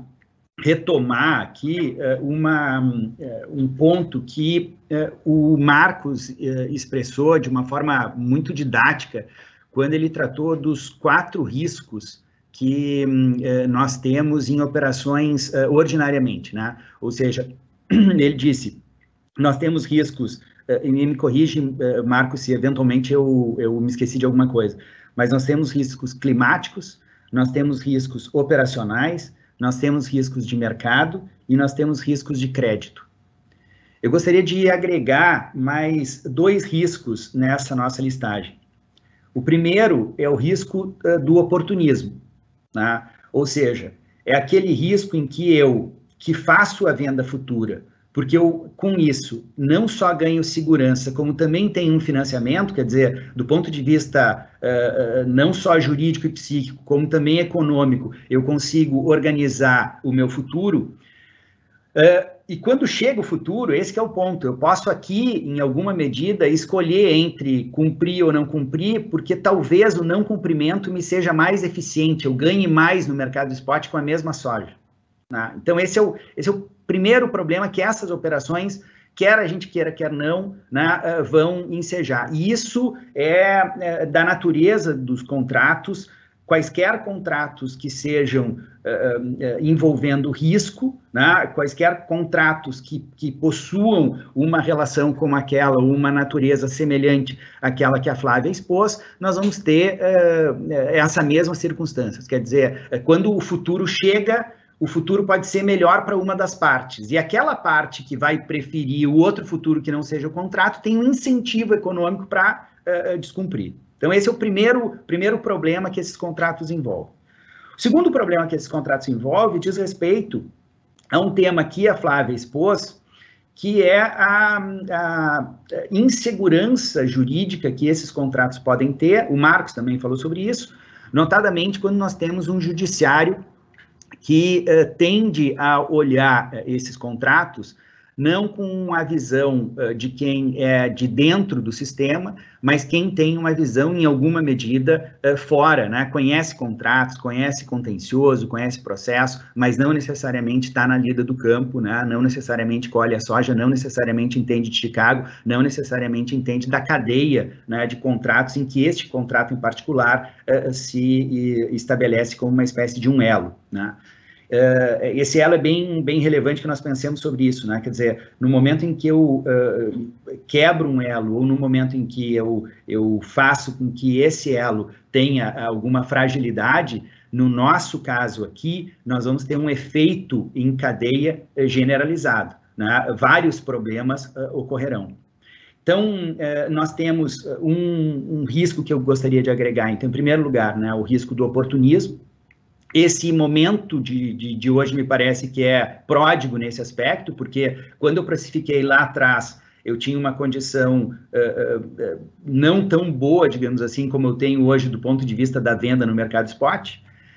retomar aqui uh, uma, uh, um ponto que uh, o Marcos uh, expressou de uma forma muito didática, quando ele tratou dos quatro riscos que uh, nós temos em operações uh, ordinariamente, né? Ou seja, ele disse, nós temos riscos, uh, e me corrige, uh, Marcos, se eventualmente eu, eu me esqueci de alguma coisa, mas nós temos riscos climáticos, nós temos riscos operacionais, nós temos riscos de mercado e nós temos riscos de crédito. Eu gostaria de agregar mais dois riscos nessa nossa listagem. O primeiro é o risco uh, do oportunismo, né? Ou seja, é aquele risco em que eu, que faço a venda futura, porque eu, com isso, não só ganho segurança, como também tenho um financiamento, quer dizer, do ponto de vista uh, uh, não só jurídico e psíquico, como também econômico, eu consigo organizar o meu futuro. Uh, e quando chega o futuro, esse que é o ponto, eu posso aqui, em alguma medida, escolher entre cumprir ou não cumprir, porque talvez o não cumprimento me seja mais eficiente, eu ganhe mais no mercado spot com a mesma soja. Né? Então, esse é, o, esse é o primeiro problema, que essas operações, quer a gente queira, quer não, né, vão ensejar. E isso é, é da natureza dos contratos, quaisquer contratos que sejam uh, uh, envolvendo risco, né, quaisquer contratos que, que possuam uma relação como aquela, ou uma natureza semelhante àquela que a Flávia expôs, nós vamos ter uh, essa mesma circunstância. Quer dizer, quando o futuro chega, o futuro pode ser melhor para uma das partes, e aquela parte que vai preferir o outro futuro que não seja o contrato tem um incentivo econômico para uh, descumprir. Então, esse é o primeiro, primeiro problema que esses contratos envolvem. O segundo problema que esses contratos envolvem diz respeito a um tema que a Flávia expôs, que é a, a insegurança jurídica que esses contratos podem ter. O Marcos também falou sobre isso, notadamente quando nós temos um judiciário que uh, tende a olhar uh, esses contratos não com a visão uh, de quem é de dentro do sistema, mas quem tem uma visão, em alguma medida, uh, fora, né? Conhece contratos, conhece contencioso, conhece processo, mas não necessariamente está na lida do campo, né? Não necessariamente colhe a soja, não necessariamente entende de Chicago, não necessariamente entende da cadeia, né, de contratos em que este contrato em particular uh, se estabelece como uma espécie de um elo, né? Uh, esse elo é bem, bem relevante que nós pensemos sobre isso, né? Quer dizer, no momento em que eu uh, quebro um elo, ou no momento em que eu, eu faço com que esse elo tenha alguma fragilidade, no nosso caso aqui, nós vamos ter um efeito em cadeia generalizado, né? Vários problemas uh, ocorrerão. Então, uh, nós temos um, um risco que eu gostaria de agregar. Então, em primeiro lugar, né, o risco do oportunismo. Esse momento de, de, de hoje me parece que é pródigo nesse aspecto, porque quando eu precifiquei lá atrás, eu tinha uma condição uh, uh, não tão boa, digamos assim, como eu tenho hoje do ponto de vista da venda no mercado spot.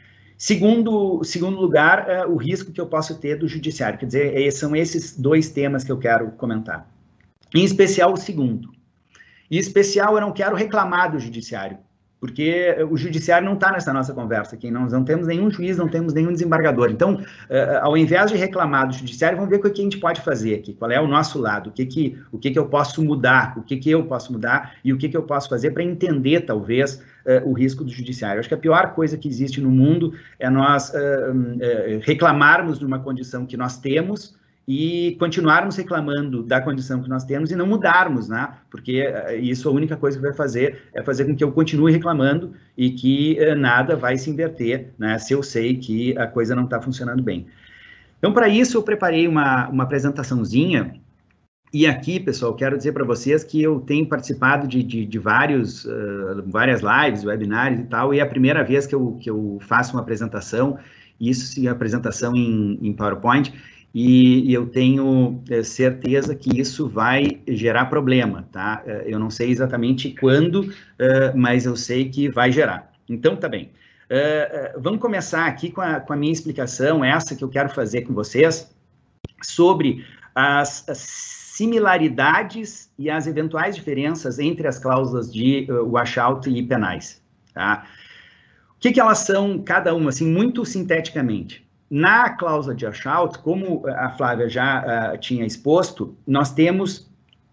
Segundo, segundo lugar, uh, o risco que eu posso ter do judiciário, quer dizer, são esses dois temas que eu quero comentar. Em especial o segundo. Em especial, eu não quero reclamar do judiciário, porque o judiciário não está nessa nossa conversa aqui, nós não temos nenhum juiz, não temos nenhum desembargador. Então, uh, ao invés de reclamar do judiciário, vamos ver o que a gente pode fazer aqui, qual é o nosso lado, o que, que, o que, que eu posso mudar, o que, que eu posso mudar e o que, que eu posso fazer para entender, talvez, uh, o risco do judiciário. Eu acho que a pior coisa que existe no mundo é nós uh, uh, reclamarmos de uma condição que nós temos e continuarmos reclamando da condição que nós temos e não mudarmos, né? Porque isso a única coisa que vai fazer é fazer com que eu continue reclamando e que uh, nada vai se inverter, né? Se eu sei que a coisa não está funcionando bem. Então, para isso, eu preparei uma, uma apresentaçãozinha. E aqui, pessoal, quero dizer para vocês que eu tenho participado de, de, de vários, uh, várias lives, webinários e tal, e é a primeira vez que eu, que eu faço uma apresentação, isso sim, apresentação em, em PowerPoint, e, e eu tenho é, certeza que isso vai gerar problema, tá? Eu não sei exatamente quando, é, mas eu sei que vai gerar. Então, tá bem. É, vamos começar aqui com a, com a minha explicação, essa que eu quero fazer com vocês, sobre as, as similaridades e as eventuais diferenças entre as cláusulas de uh, washout e penais, tá? O que que elas são, cada uma, assim, muito sinteticamente? Na cláusula de washout, como a Flávia já uh, tinha exposto, nós temos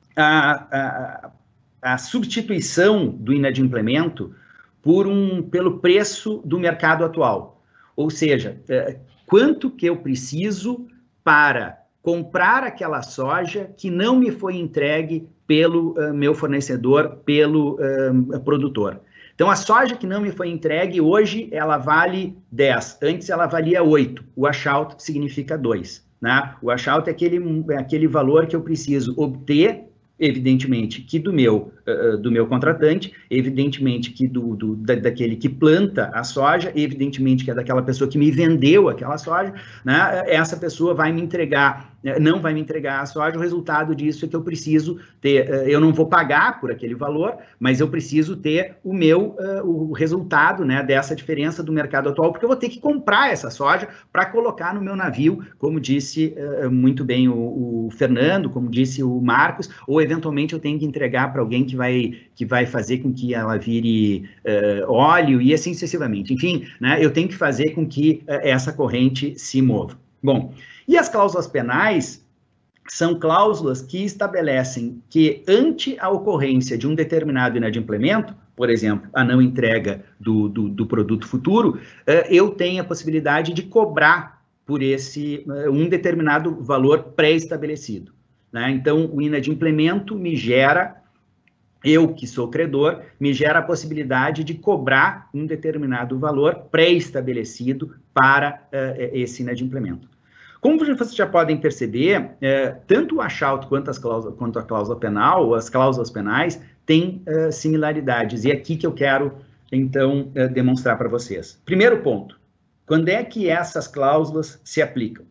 a, a, a substituição do inadimplemento por um, pelo preço do mercado atual. Ou seja, uh, quanto que eu preciso para comprar aquela soja que não me foi entregue pelo uh, meu fornecedor, pelo uh, produtor. Então, a soja que não me foi entregue, hoje, ela vale dez. Antes, ela valia oito. O washout significa dois. Né? O washout é aquele, é aquele valor que eu preciso obter, evidentemente, que do meu, uh, do meu contratante, evidentemente que do, do, da, daquele que planta a soja, evidentemente que é daquela pessoa que me vendeu aquela soja, né? Essa pessoa vai me entregar, não vai me entregar a soja, o resultado disso é que eu preciso ter, uh, eu não vou pagar por aquele valor, mas eu preciso ter o meu, uh, o resultado, né, dessa diferença do mercado atual, porque eu vou ter que comprar essa soja para colocar no meu navio, como disse uh, muito bem o, o Fernando, como disse o Marcos, ou eventualmente eu tenho que entregar para alguém que vai, que vai fazer com que ela vire uh, óleo e assim sucessivamente. Enfim, né, eu tenho que fazer com que uh, essa corrente se mova. Bom, e as cláusulas penais são cláusulas que estabelecem que, ante a ocorrência de um determinado inadimplemento, por exemplo, a não entrega do, do, do produto futuro, uh, eu tenho a possibilidade de cobrar por esse uh, um determinado valor pré-estabelecido. Né? Então, o inadimplemento me gera, eu que sou credor, me gera a possibilidade de cobrar um determinado valor pré-estabelecido para uh, esse inadimplemento. Como vocês já podem perceber, uh, tanto o washout quanto, as cláusulas, quanto a cláusula penal, as cláusulas penais, têm uh, similaridades. E é aqui que eu quero, então, uh, demonstrar para vocês. Primeiro ponto, quando é que essas cláusulas se aplicam?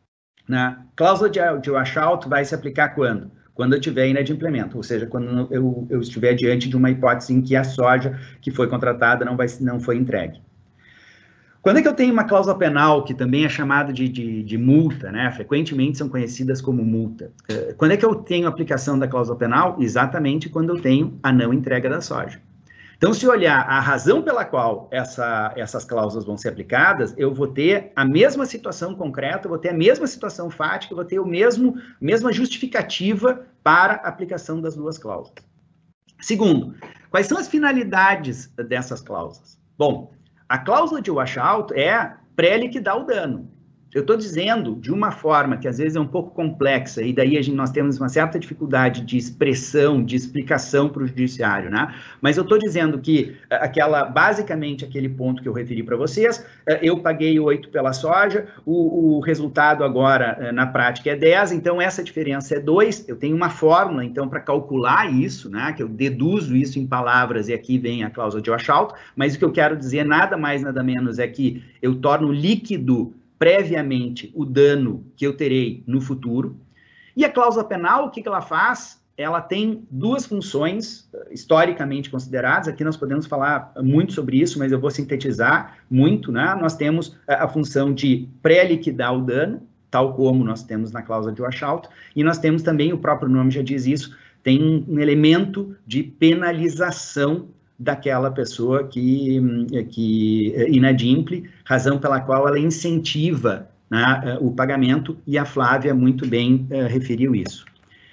Na cláusula de, de washout vai se aplicar quando? Quando eu tiver inadimplemento, ou seja, quando eu, eu estiver diante de uma hipótese em que a soja que foi contratada não, vai, não foi entregue. Quando é que eu tenho uma cláusula penal, que também é chamada de, de, de multa, né? Frequentemente são conhecidas como multa. Quando é que eu tenho aplicação da cláusula penal? Exatamente quando eu tenho a não entrega da soja. Então, se olhar a razão pela qual essa, essas cláusulas vão ser aplicadas, eu vou ter a mesma situação concreta, eu vou ter a mesma situação fática, eu vou ter a mesmo, mesma justificativa para a aplicação das duas cláusulas. Segundo, quais são as finalidades dessas cláusulas? Bom, a cláusula de washout é pré-liquidar o dano. Eu estou dizendo de uma forma que às vezes é um pouco complexa, e daí a gente, nós temos uma certa dificuldade de expressão, de explicação para o judiciário, né? Mas eu estou dizendo que aquela, basicamente aquele ponto que eu referi para vocês, eu paguei oito pela soja, o, o resultado agora na prática é dez, então essa diferença é dois, eu tenho uma fórmula então para calcular isso, né? Que eu deduzo isso em palavras e aqui vem a cláusula de washout, mas o que eu quero dizer nada mais nada menos é que eu torno líquido previamente o dano que eu terei no futuro. E a cláusula penal, o que, que ela faz? Ela tem duas funções historicamente consideradas, aqui nós podemos falar muito sobre isso, mas eu vou sintetizar muito, né? Nós temos a, a função de pré-liquidar o dano, tal como nós temos na cláusula de washout, e nós temos também, o próprio nome já diz isso, tem um elemento de penalização daquela pessoa que, que inadimple, razão pela qual ela incentiva, né, o pagamento, e a Flávia muito bem uh, referiu isso.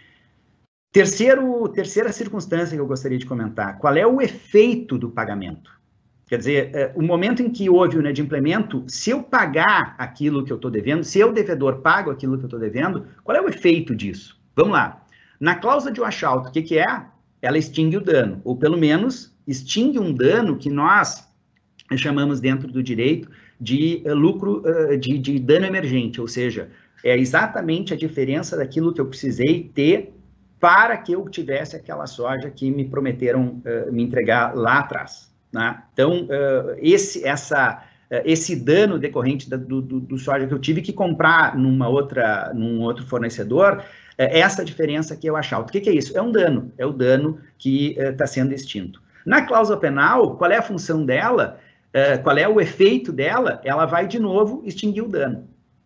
Terceiro, terceira circunstância que eu gostaria de comentar, qual é o efeito do pagamento? Quer dizer, o momento em que houve o inadimplemento, se eu pagar aquilo que eu estou devendo, se eu, devedor, pago aquilo que eu estou devendo, qual é o efeito disso? Vamos lá. Na cláusula de washout, o que, que é? Ela extingue o dano, ou pelo menos extingue um dano que nós chamamos dentro do direito de lucro, de, de dano emergente, ou seja, é exatamente a diferença daquilo que eu precisei ter para que eu tivesse aquela soja que me prometeram uh, me entregar lá atrás, né? Então, uh, esse, essa, uh, esse dano decorrente da, do, do, do soja que eu tive que comprar numa outra, num outro fornecedor, uh, essa diferença que eu achar. O que, que é isso? É um dano, é o dano que está uh, sendo extinto. Na cláusula penal, qual é a função dela? Uh, qual é o efeito dela? Ela vai, de novo, extinguir o dano,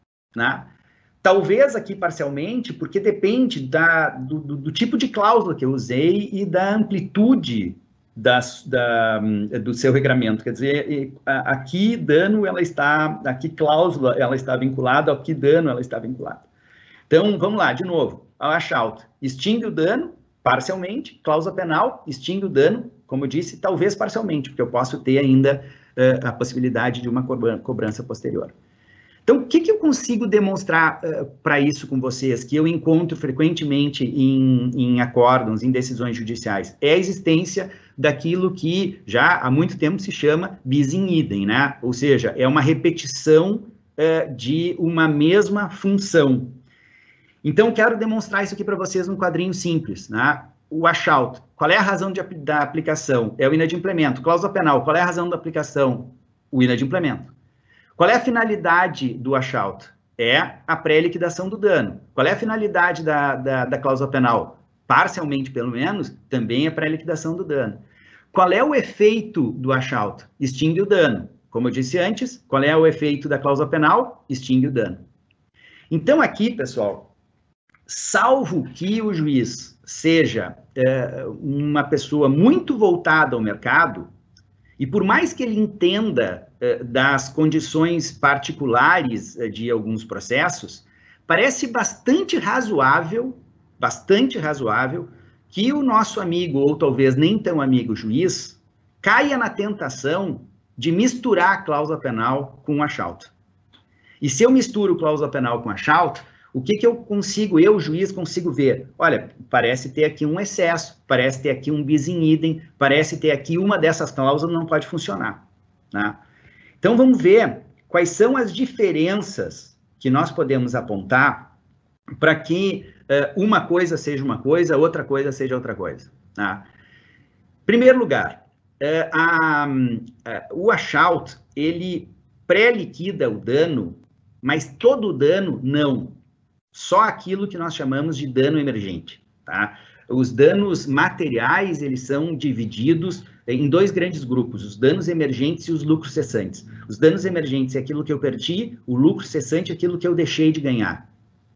né? Talvez aqui parcialmente, porque depende da, do, do, do tipo de cláusula que eu usei e da amplitude das, da, do seu regramento. Quer dizer, aqui dano ela está, aqui cláusula ela está vinculada, aqui dano ela está vinculada. Então, vamos lá, de novo, a washout extingue o dano parcialmente, cláusula penal extingue o dano, como eu disse, talvez parcialmente, porque eu posso ter ainda uh, a possibilidade de uma cobrança posterior. Então, o que, que eu consigo demonstrar uh, para isso com vocês, que eu encontro frequentemente em, em acórdãos, em decisões judiciais? É a existência daquilo que já há muito tempo se chama bis in idem, né? Ou seja, é uma repetição uh, de uma mesma função. Então, quero demonstrar isso aqui para vocês num quadrinho simples, né? O washout, qual é a razão de, da aplicação? É o inadimplemento. Cláusula penal, qual é a razão da aplicação? O inadimplemento. Qual é a finalidade do washout? É a pré-liquidação do dano. Qual é a finalidade da, da, da cláusula penal? Parcialmente, pelo menos, também é pré-liquidação do dano. Qual é o efeito do washout? Extingue o dano. Como eu disse antes, qual é o efeito da cláusula penal? Extingue o dano. Então, aqui, pessoal, salvo que o juiz seja é, uma pessoa muito voltada ao mercado, e por mais que ele entenda eh, das condições particulares eh, de alguns processos, parece bastante razoável, bastante razoável, que o nosso amigo, ou talvez nem tão amigo juiz, caia na tentação de misturar a cláusula penal com o washout. E se eu misturo cláusula penal com washout, o que, que eu consigo, eu, juiz, consigo ver? Olha, parece ter aqui um excesso, parece ter aqui um bis in idem, parece ter aqui uma dessas cláusulas não pode funcionar, né? Então, vamos ver quais são as diferenças que nós podemos apontar para que uh, uma coisa seja uma coisa, outra coisa seja outra coisa, né? Em primeiro lugar, uh, a, uh, o washout, ele pré-liquida o dano, mas todo o dano não. Só aquilo que nós chamamos de dano emergente, tá? Os danos materiais, eles são divididos em dois grandes grupos, os danos emergentes e os lucros cessantes. Os danos emergentes é aquilo que eu perdi, o lucro cessante é aquilo que eu deixei de ganhar.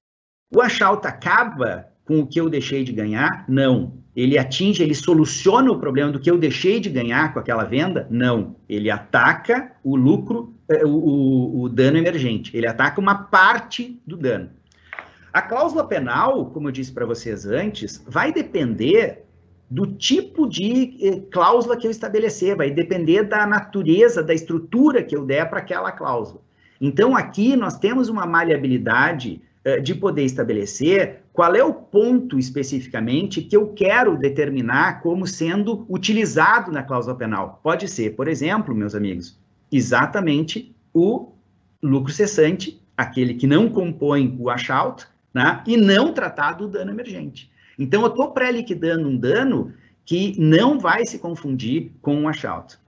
O washout acaba com o que eu deixei de ganhar? Não. Ele atinge, ele soluciona o problema do que eu deixei de ganhar com aquela venda? Não. Ele ataca o lucro, o, o, o dano emergente. Ele ataca uma parte do dano. A cláusula penal, como eu disse para vocês antes, vai depender do tipo de eh, cláusula que eu estabelecer, vai depender da natureza, da estrutura que eu der para aquela cláusula. Então, aqui nós temos uma maleabilidade eh, de poder estabelecer qual é o ponto especificamente que eu quero determinar como sendo utilizado na cláusula penal. Pode ser, por exemplo, meus amigos, exatamente o lucro cessante, aquele que não compõe o washout, né, e não tratar do dano emergente. Então, eu estou pré-liquidando um dano que não vai se confundir com o washout.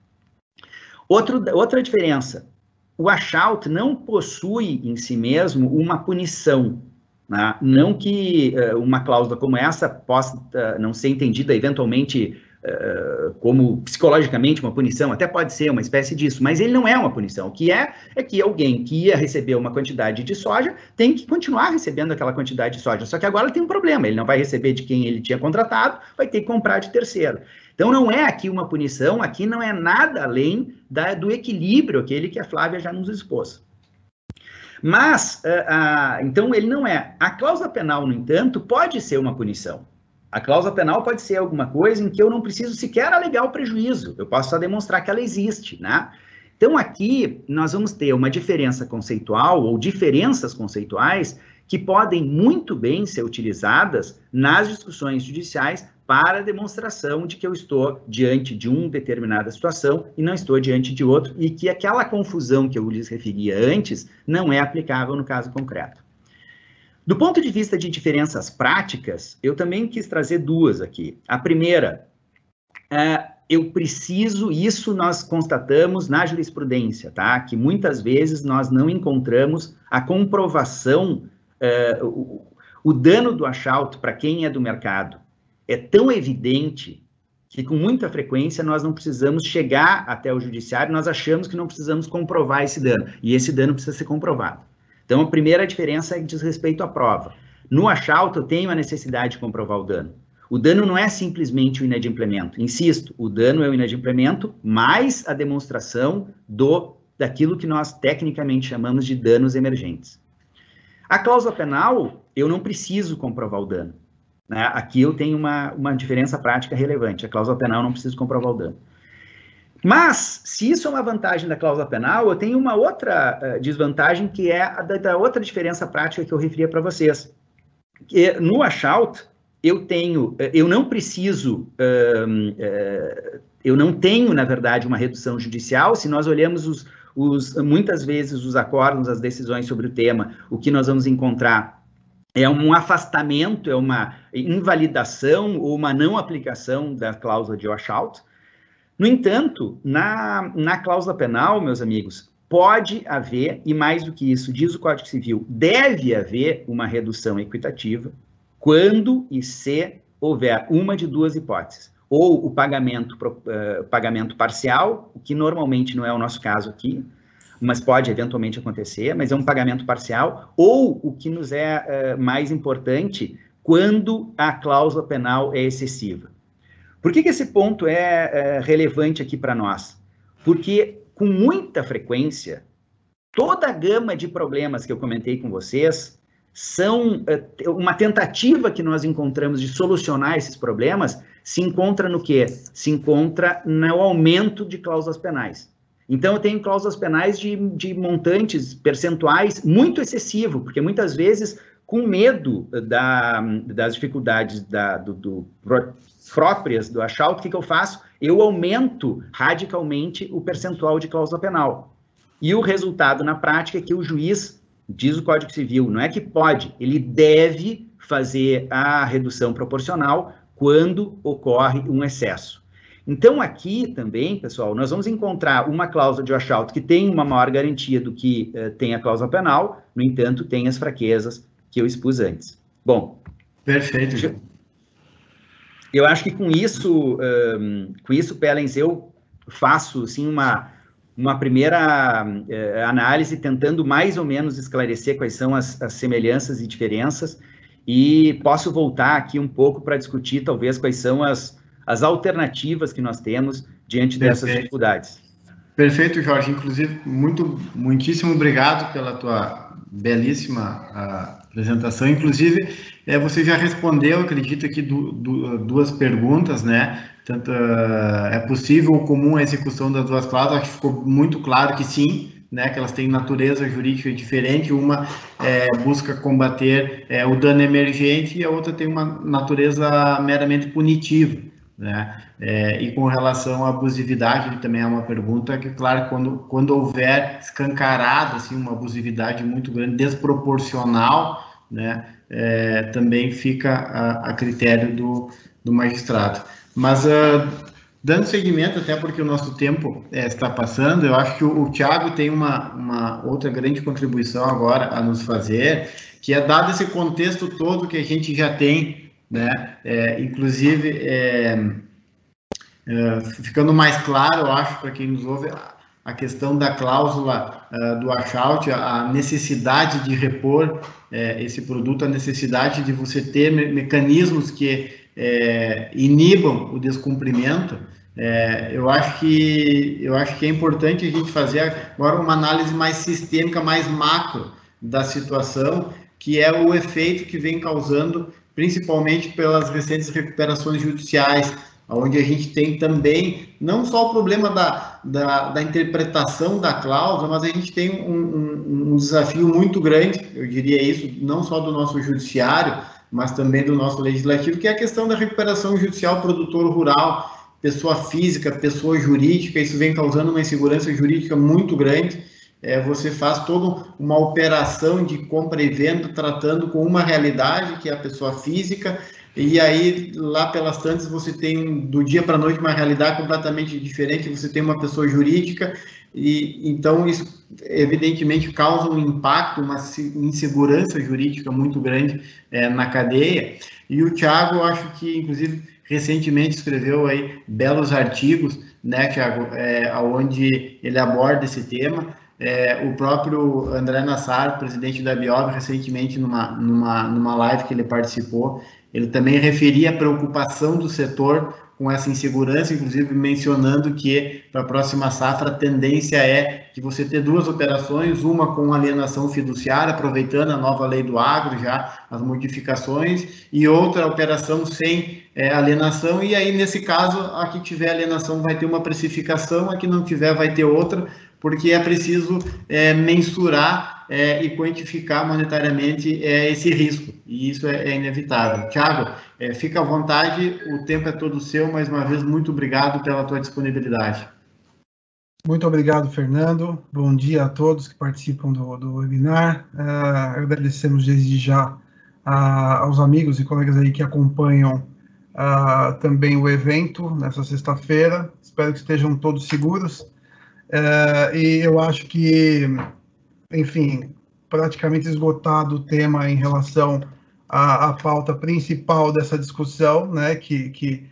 Outro, outra diferença, o washout não possui em si mesmo uma punição, né? Não que uh, uma cláusula como essa possa uh, não ser entendida eventualmente uh, como psicologicamente uma punição, até pode ser uma espécie disso, mas ele não é uma punição. O que é, é que alguém que ia receber uma quantidade de soja tem que continuar recebendo aquela quantidade de soja, só que agora tem um problema, ele não vai receber de quem ele tinha contratado, vai ter que comprar de terceiro. Então não é aqui uma punição, aqui não é nada além da, do equilíbrio, aquele que a Flávia já nos expôs. Mas, uh, uh, então ele não é. A cláusula penal, no entanto, pode ser uma punição. A cláusula penal pode ser alguma coisa em que eu não preciso sequer alegar o prejuízo, eu posso só demonstrar que ela existe, né? Então aqui nós vamos ter uma diferença conceitual ou diferenças conceituais que podem muito bem ser utilizadas nas discussões judiciais para a demonstração de que eu estou diante de uma determinada situação e não estou diante de outro, e que aquela confusão que eu lhes referia antes não é aplicável no caso concreto. Do ponto de vista de diferenças práticas, eu também quis trazer duas aqui. A primeira, é, eu preciso, isso nós constatamos na jurisprudência, tá? Que muitas vezes nós não encontramos a comprovação, é, o, o dano do achauto para quem é do mercado é tão evidente que com muita frequência nós não precisamos chegar até o judiciário, nós achamos que não precisamos comprovar esse dano, e esse dano precisa ser comprovado. Então, a primeira diferença diz respeito à prova. No achauto, eu tenho a necessidade de comprovar o dano. O dano não é simplesmente o inadimplemento. Insisto, o dano é o inadimplemento mais a demonstração do, daquilo que nós tecnicamente chamamos de danos emergentes. A cláusula penal, eu não preciso comprovar o dano. Né? Aqui eu tenho uma, uma diferença prática relevante. A cláusula penal eu não preciso comprovar o dano. Mas, se isso é uma vantagem da cláusula penal, eu tenho uma outra uh, desvantagem, que é a da, da outra diferença prática que eu referia para vocês. Que, no achauto, eu tenho, eu não preciso, uh, uh, eu não tenho, na verdade, uma redução judicial. Se nós olhamos os, os, muitas vezes os acordos, as decisões sobre o tema, o que nós vamos encontrar é um afastamento, é uma invalidação ou uma não aplicação da cláusula de washout. No entanto, na, na cláusula penal, meus amigos, pode haver, e mais do que isso, diz o Código Civil, deve haver uma redução equitativa quando e se houver uma de duas hipóteses. Ou o pagamento, uh, pagamento parcial, o que normalmente não é o nosso caso aqui, mas pode eventualmente acontecer, mas é um pagamento parcial, ou o que nos é uh, mais importante, quando a cláusula penal é excessiva. Por que que esse ponto é, é relevante aqui para nós? Porque, com muita frequência, toda a gama de problemas que eu comentei com vocês são uh, uma tentativa que nós encontramos de solucionar esses problemas, se encontra no quê? Se encontra no aumento de cláusulas penais. Então, eu tenho cláusulas penais de, de montantes percentuais muito excessivo, porque muitas vezes, com medo da, das dificuldades da, do, do, próprias do achauto, o que, que eu faço? Eu aumento radicalmente o percentual de cláusula penal. E o resultado na prática é que o juiz, diz o Código Civil, não é que pode, ele deve fazer a redução proporcional quando ocorre um excesso. Então, aqui também, pessoal, nós vamos encontrar uma cláusula de washout que tem uma maior garantia do que uh, tem a cláusula penal, no entanto, tem as fraquezas que eu expus antes. Bom. Perfeito. Eu, eu acho que com isso, um, com isso, Pellens, eu faço, assim, uma, uma primeira uh, análise, tentando mais ou menos esclarecer quais são as, as semelhanças e diferenças, e posso voltar aqui um pouco para discutir, talvez, quais são as as alternativas que nós temos diante dessas Perfeito. dificuldades. Perfeito, Jorge. Inclusive, muito, muitíssimo obrigado pela tua belíssima uh, apresentação. Inclusive, é, você já respondeu, acredito, aqui du, du, duas perguntas, né? Tanto, uh, é possível ou comum a execução das duas cláusulas? Acho que ficou muito claro que sim, né? Que elas têm natureza jurídica diferente. Uma é, busca combater é, o dano emergente e a outra tem uma natureza meramente punitiva. Né? É, e com relação à abusividade, também é uma pergunta que, claro, quando, quando houver escancarado assim, uma abusividade muito grande, desproporcional, né, é, também fica a, a critério do, do magistrado. Mas, uh, dando seguimento, até porque o nosso tempo é, está passando, eu acho que o, o Thiago tem uma, uma outra grande contribuição agora a nos fazer, que é dado esse contexto todo que a gente já tem, né? É, inclusive, é, uh, ficando mais claro, eu acho, para quem nos ouve, a questão da cláusula uh, do washout, a necessidade de repor uh, esse produto, a necessidade de você ter me mecanismos que uh, inibam o descumprimento. É, eu acho que eu acho que é importante a gente fazer agora uma análise mais sistêmica, mais macro da situação, que é o efeito que vem causando, principalmente pelas recentes recuperações judiciais, onde a gente tem também não só o problema da, da, da interpretação da cláusula, mas a gente tem um, um, um desafio muito grande, eu diria isso, não só do nosso judiciário, mas também do nosso legislativo, que é a questão da recuperação judicial produtor rural, pessoa física, pessoa jurídica. Isso vem causando uma insegurança jurídica muito grande. É, você faz toda uma operação de compra e venda tratando com uma realidade, que é a pessoa física, e aí lá pelas tantas você tem do dia para a noite uma realidade completamente diferente, você tem uma pessoa jurídica, e então isso evidentemente causa um impacto, uma insegurança jurídica muito grande é, na cadeia. E o Thiago, eu acho que inclusive recentemente escreveu aí belos artigos, né, Thiago, é, onde ele aborda esse tema. É, o próprio André Nassar, presidente da Biob, recentemente numa, numa, numa live que ele participou, ele também referia a preocupação do setor com essa insegurança, inclusive mencionando que para a próxima safra a tendência é de você ter duas operações, uma com alienação fiduciária, aproveitando a nova lei do agro, já as modificações, e outra operação sem é, alienação, e aí nesse caso, a que tiver alienação vai ter uma precificação, a que não tiver vai ter outra, porque é preciso é, mensurar é, e quantificar monetariamente é, esse risco, e isso é, é inevitável. Thiago, é, fica à vontade, o tempo é todo seu, mais uma vez, muito obrigado pela tua disponibilidade. Muito obrigado, Fernando. Bom dia a todos que participam do, do webinar. Uh, agradecemos desde já uh, aos amigos e colegas aí que acompanham uh, também o evento nessa sexta-feira. Espero que estejam todos seguros. Uh, e eu acho que, enfim, praticamente esgotado o tema em relação à, à pauta principal dessa discussão, né, que, que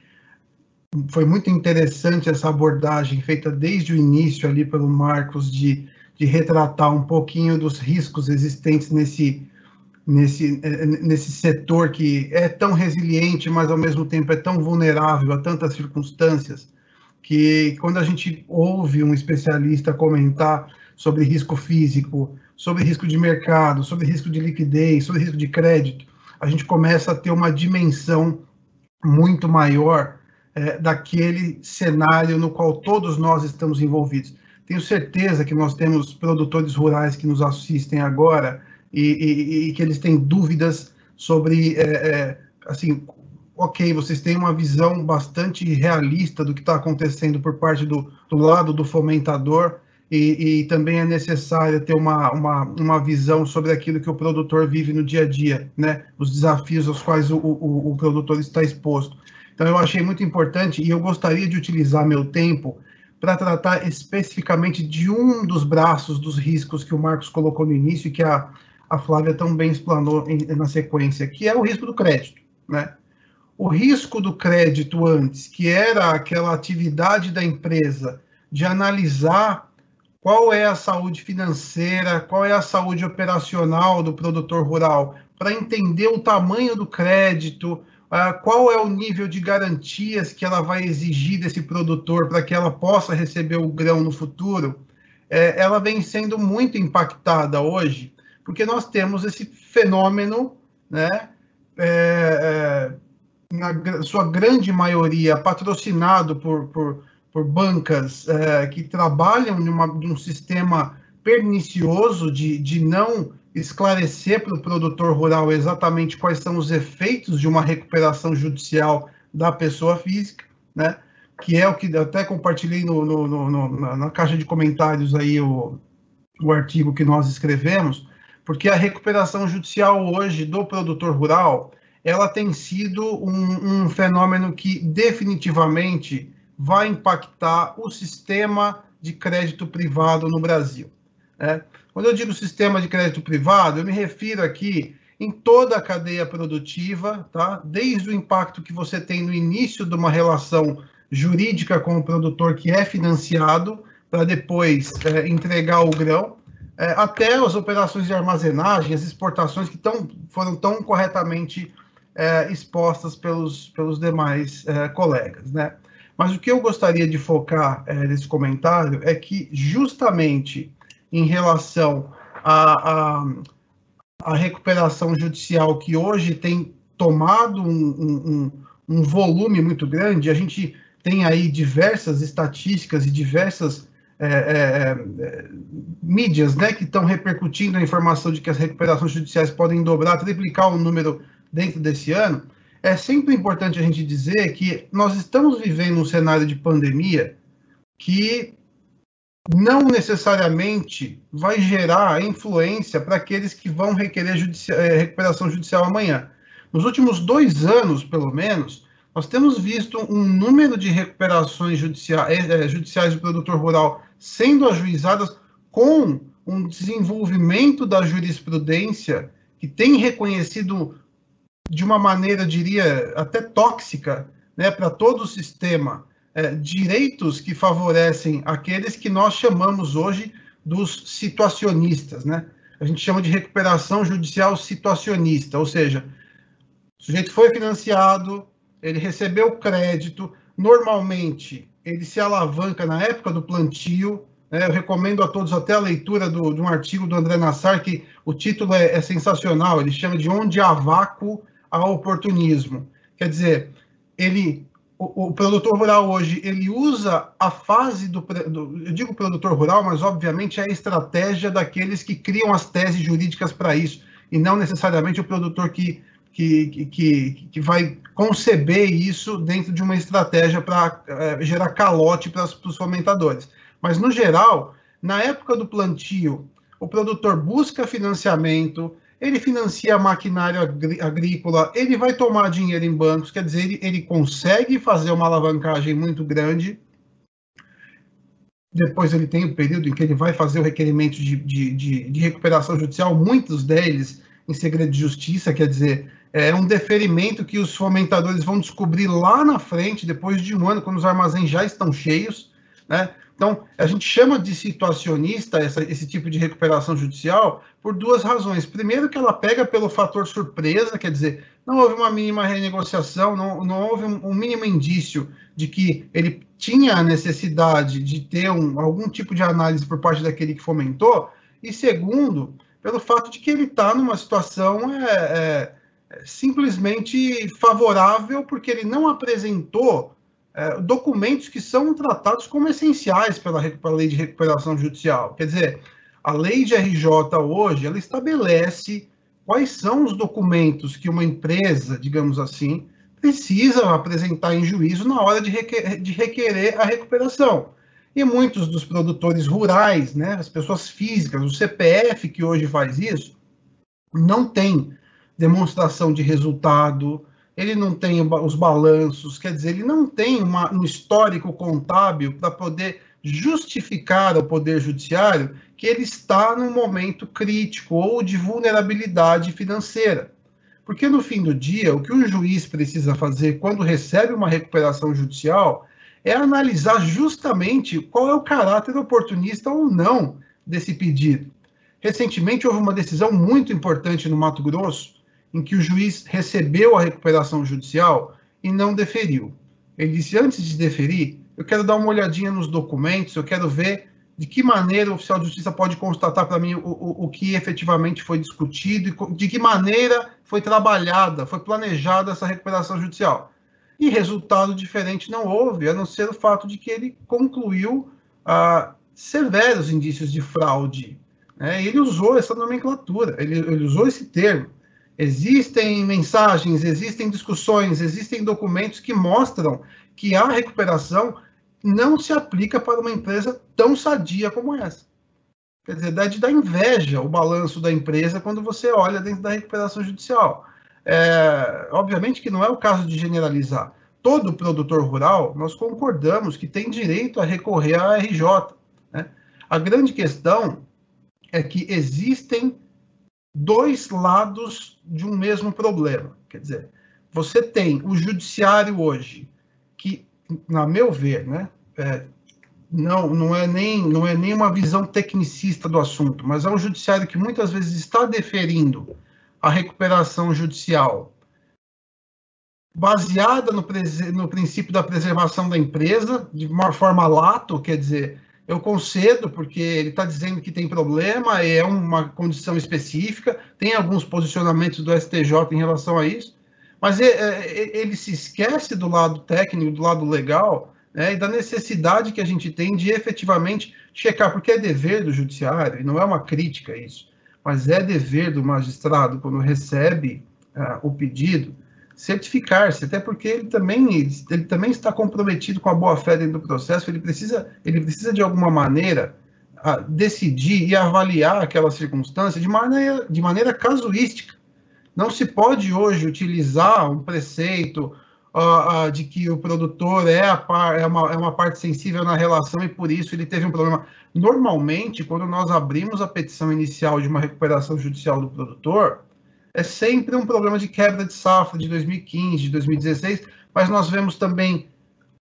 foi muito interessante essa abordagem feita desde o início ali pelo Marcos de, de retratar um pouquinho dos riscos existentes nesse, nesse, nesse setor que é tão resiliente, mas ao mesmo tempo é tão vulnerável a tantas circunstâncias, que quando a gente ouve um especialista comentar sobre risco físico, sobre risco de mercado, sobre risco de liquidez, sobre risco de crédito, a gente começa a ter uma dimensão muito maior é, daquele cenário no qual todos nós estamos envolvidos. Tenho certeza que nós temos produtores rurais que nos assistem agora e, e, e que eles têm dúvidas sobre, é, é, assim, ok, vocês têm uma visão bastante realista do que está acontecendo por parte do, do lado do fomentador, e, e também é necessário ter uma, uma, uma visão sobre aquilo que o produtor vive no dia a dia, né? Os desafios aos quais o, o, o produtor está exposto. Então, eu achei muito importante, e eu gostaria de utilizar meu tempo para tratar especificamente de um dos braços dos riscos que o Marcos colocou no início e que a, a Flávia também explanou em, na sequência, que é o risco do crédito, né? O risco do crédito antes, que era aquela atividade da empresa de analisar qual é a saúde financeira, qual é a saúde operacional do produtor rural, para entender o tamanho do crédito, uh, qual é o nível de garantias que ela vai exigir desse produtor para que ela possa receber o grão no futuro, é, ela vem sendo muito impactada hoje, porque nós temos esse fenômeno, né, é, é, na sua grande maioria patrocinado por, por por bancas é, que trabalham numa, num sistema pernicioso de, de não esclarecer para o produtor rural exatamente quais são os efeitos de uma recuperação judicial da pessoa física, né? Que é o que até compartilhei no, no, no, no, na, na caixa de comentários aí o, o artigo que nós escrevemos, porque a recuperação judicial hoje do produtor rural, ela tem sido um, um fenômeno que definitivamente vai impactar o sistema de crédito privado no Brasil. Né? Quando eu digo sistema de crédito privado, eu me refiro aqui em toda a cadeia produtiva, tá? Desde o impacto que você tem no início de uma relação jurídica com o produtor que é financiado, para depois é, entregar o grão, é, até as operações de armazenagem, as exportações que tão, foram tão corretamente é, expostas pelos, pelos demais é, colegas, né? Mas o que eu gostaria de focar é, nesse comentário é que, justamente em relação à, à, à recuperação judicial, que hoje tem tomado um, um, um volume muito grande, a gente tem aí diversas estatísticas e diversas é, é, mídias, né, que estão repercutindo a informação de que as recuperações judiciais podem dobrar, triplicar o número dentro desse ano. É sempre importante a gente dizer que nós estamos vivendo um cenário de pandemia que não necessariamente vai gerar influência para aqueles que vão requerer judici- recuperação judicial amanhã. Nos últimos dois anos, pelo menos, nós temos visto um número de recuperações judiciais, judiciais do produtor rural sendo ajuizadas com um desenvolvimento da jurisprudência que tem reconhecido de uma maneira, diria, até tóxica, né, para todo o sistema, é, direitos que favorecem aqueles que nós chamamos hoje dos situacionistas, né? A gente chama de recuperação judicial situacionista, ou seja, o sujeito foi financiado, ele recebeu crédito, normalmente ele se alavanca na época do plantio, né? Eu recomendo a todos até a leitura do, de um artigo do André Nassar, que o título é, é sensacional, ele chama de Onde há vácuo, há oportunismo. Quer dizer, ele, o, o produtor rural hoje, ele usa a fase do, do, eu digo produtor rural, mas obviamente é a estratégia daqueles que criam as teses jurídicas para isso, e não necessariamente o produtor que Que, que, que vai conceber isso dentro de uma estratégia para é, gerar calote para os fomentadores. Mas, no geral, na época do plantio, o produtor busca financiamento, ele financia a maquinária agrícola, ele vai tomar dinheiro em bancos, quer dizer, ele, ele consegue fazer uma alavancagem muito grande. Depois ele tem o período em que ele vai fazer o requerimento de, de, de, de recuperação judicial, muitos deles em segredo de justiça, quer dizer, é um deferimento que os fomentadores vão descobrir lá na frente, depois de um ano, quando os armazéns já estão cheios, né? Então, a gente chama de situacionista essa, esse tipo de recuperação judicial por duas razões. Primeiro, que ela pega pelo fator surpresa, quer dizer, não houve uma mínima renegociação, não, não houve um, um mínimo indício de que ele tinha a necessidade de ter um, algum tipo de análise por parte daquele que fomentou. E segundo, pelo fato de que ele está numa situação é, é, simplesmente favorável, porque ele não apresentou é, documentos que são tratados como essenciais pela, pela lei de recuperação judicial. Quer dizer, a lei de R J hoje, ela estabelece quais são os documentos que uma empresa, digamos assim, precisa apresentar em juízo na hora de requerer, de requerer a recuperação. E muitos dos produtores rurais, né, as pessoas físicas, o C P F que hoje faz isso, não tem demonstração de resultado, ele não tem os balanços, quer dizer, ele não tem uma, um histórico contábil para poder justificar ao Poder Judiciário que ele está num momento crítico ou de vulnerabilidade financeira. Porque, no fim do dia, o que um juiz precisa fazer quando recebe uma recuperação judicial é analisar justamente qual é o caráter oportunista ou não desse pedido. Recentemente, houve uma decisão muito importante no Mato Grosso, em que o juiz recebeu a recuperação judicial e não deferiu. Ele disse, antes de deferir, eu quero dar uma olhadinha nos documentos, eu quero ver de que maneira o oficial de justiça pode constatar para mim o, o, o que efetivamente foi discutido e de que maneira foi trabalhada, foi planejada essa recuperação judicial. E resultado diferente não houve, a não ser o fato de que ele concluiu ah, severos indícios de fraude. Né? Ele usou essa nomenclatura, ele, ele usou esse termo. Existem mensagens, existem discussões, existem documentos que mostram que a recuperação não se aplica para uma empresa tão sadia como essa. Quer dizer, dá de dar inveja o balanço da empresa quando você olha dentro da recuperação judicial. É, obviamente que não é o caso de generalizar. Todo produtor rural, nós concordamos que tem direito a recorrer à R J. Né? A grande questão é que existem dois lados de um mesmo problema. Quer dizer, você tem o judiciário hoje, que na meu ver, né, é, não, não, é nem, não é nem uma visão tecnicista do assunto, mas é um judiciário que muitas vezes está deferindo a recuperação judicial baseada no, no princípio da preservação da empresa, de uma forma lato, quer dizer, eu concedo porque ele está dizendo que tem problema, é uma condição específica, tem alguns posicionamentos do S T J em relação a isso, mas ele se esquece do lado técnico, do lado legal, né, e da necessidade que a gente tem de efetivamente checar, porque é dever do judiciário, e não é uma crítica isso, mas é dever do magistrado, quando recebe uh, o pedido, certificar-se, até porque ele também, ele, ele também está comprometido com a boa-fé dentro do processo, ele precisa, ele precisa de alguma maneira, uh, decidir e avaliar aquela circunstância de maneira, de maneira casuística. Não se pode hoje utilizar um preceito uh, uh, de que o produtor é, a par, é, uma, é uma parte sensível na relação e por isso ele teve um problema. Normalmente, quando nós abrimos a petição inicial de uma recuperação judicial do produtor, é sempre um problema de quebra de safra de dois mil e quinze, de dois mil e dezesseis, mas nós vemos também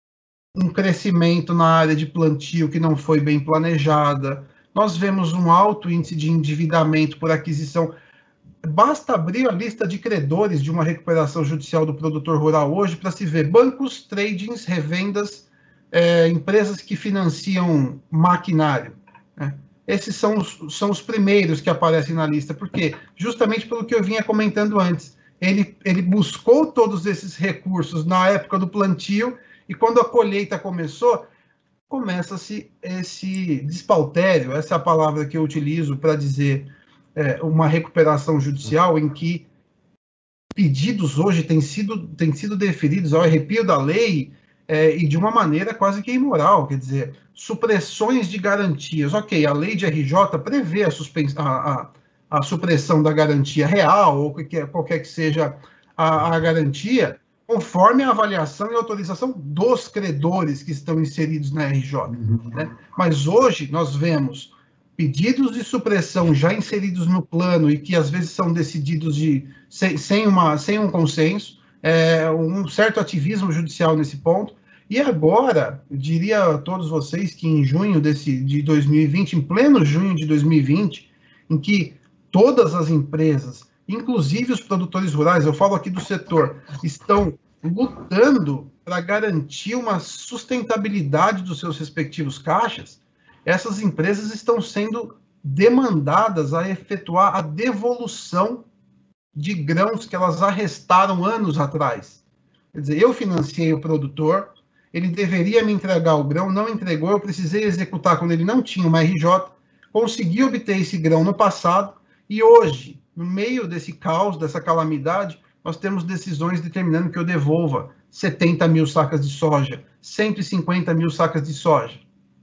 um crescimento na área de plantio que não foi bem planejada, nós vemos um alto índice de endividamento por aquisição. Basta abrir a lista de credores de uma recuperação judicial do produtor rural hoje para se ver bancos, tradings, revendas, é, empresas que financiam maquinário, né? Esses são os, são os primeiros que aparecem na lista, porque justamente pelo que eu vinha comentando antes, ele, ele buscou todos esses recursos na época do plantio e quando a colheita começou, começa-se esse despautério, essa é a palavra que eu utilizo para dizer é, uma recuperação judicial em que pedidos hoje têm sido, têm sido deferidos ao arrepio da lei é, e de uma maneira quase que imoral, quer dizer, supressões de garantias. Ok, a lei de R J prevê a, a, a, a supressão da garantia real, ou que, qualquer que seja a, a garantia, conforme a avaliação e autorização dos credores que estão inseridos na R J. Uhum. Né? Mas hoje nós vemos pedidos de supressão já inseridos no plano e que às vezes são decididos de, sem, sem, uma, sem um consenso, é, um certo ativismo judicial nesse ponto. E agora, eu diria a todos vocês que em junho desse, de dois mil e vinte, em pleno junho de dois mil e vinte, em que todas as empresas, inclusive os produtores rurais, eu falo aqui do setor, estão lutando para garantir uma sustentabilidade dos seus respectivos caixas, essas empresas estão sendo demandadas a efetuar a devolução de grãos que elas arrestaram anos atrás. Quer dizer, eu financiei o produtor, ele deveria me entregar o grão, não entregou, eu precisei executar quando ele não tinha uma R J, consegui obter esse grão no passado, e hoje, no meio desse caos, dessa calamidade, nós temos decisões determinando que eu devolva setenta mil sacas de soja, cento e cinquenta mil sacas de soja.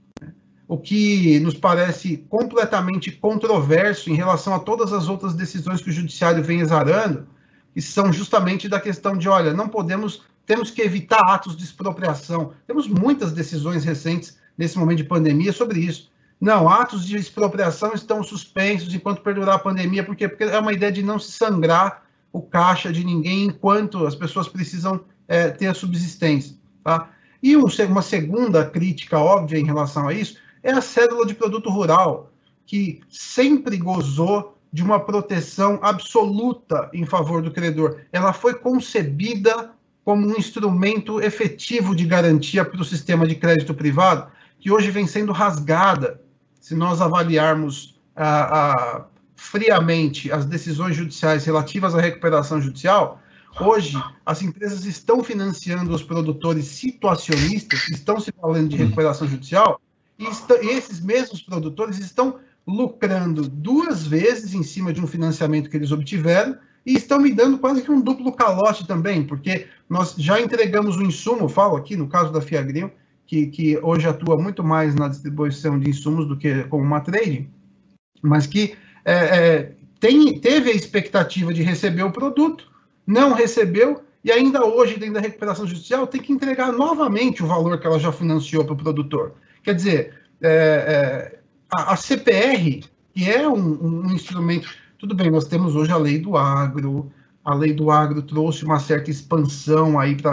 O que nos parece completamente controverso em relação a todas as outras decisões que o judiciário vem exarando, que são justamente da questão de, olha, não podemos... Temos que evitar atos de expropriação. Temos muitas decisões recentes, nesse momento de pandemia, sobre isso. Não, atos de expropriação estão suspensos enquanto perdurar a pandemia, por quê? Porque é uma ideia de não se sangrar o caixa de ninguém enquanto as pessoas precisam é, ter a subsistência. Tá? E um, uma segunda crítica óbvia em relação a isso é a cédula de produto rural, que sempre gozou de uma proteção absoluta em favor do credor. Ela foi concebida como um instrumento efetivo de garantia para o sistema de crédito privado, que hoje vem sendo rasgada. Se nós avaliarmos ah, ah, friamente as decisões judiciais relativas à recuperação judicial, hoje as empresas estão financiando os produtores situacionistas, que estão se falando de recuperação judicial, e estão, esses mesmos produtores estão lucrando duas vezes em cima de um financiamento que eles obtiveram, e estão me dando quase que um duplo calote também, porque nós já entregamos o insumo, falo aqui no caso da Fiagrinho, que, que hoje atua muito mais na distribuição de insumos do que como uma trading, mas que é, é, tem, teve a expectativa de receber o produto, não recebeu, e ainda hoje, dentro da recuperação judicial, tem que entregar novamente o valor que ela já financiou para o produtor. Quer dizer, é, é, a, a C P R, que é um, um instrumento... Tudo bem, nós temos hoje a lei do agro, a lei do agro trouxe uma certa expansão aí para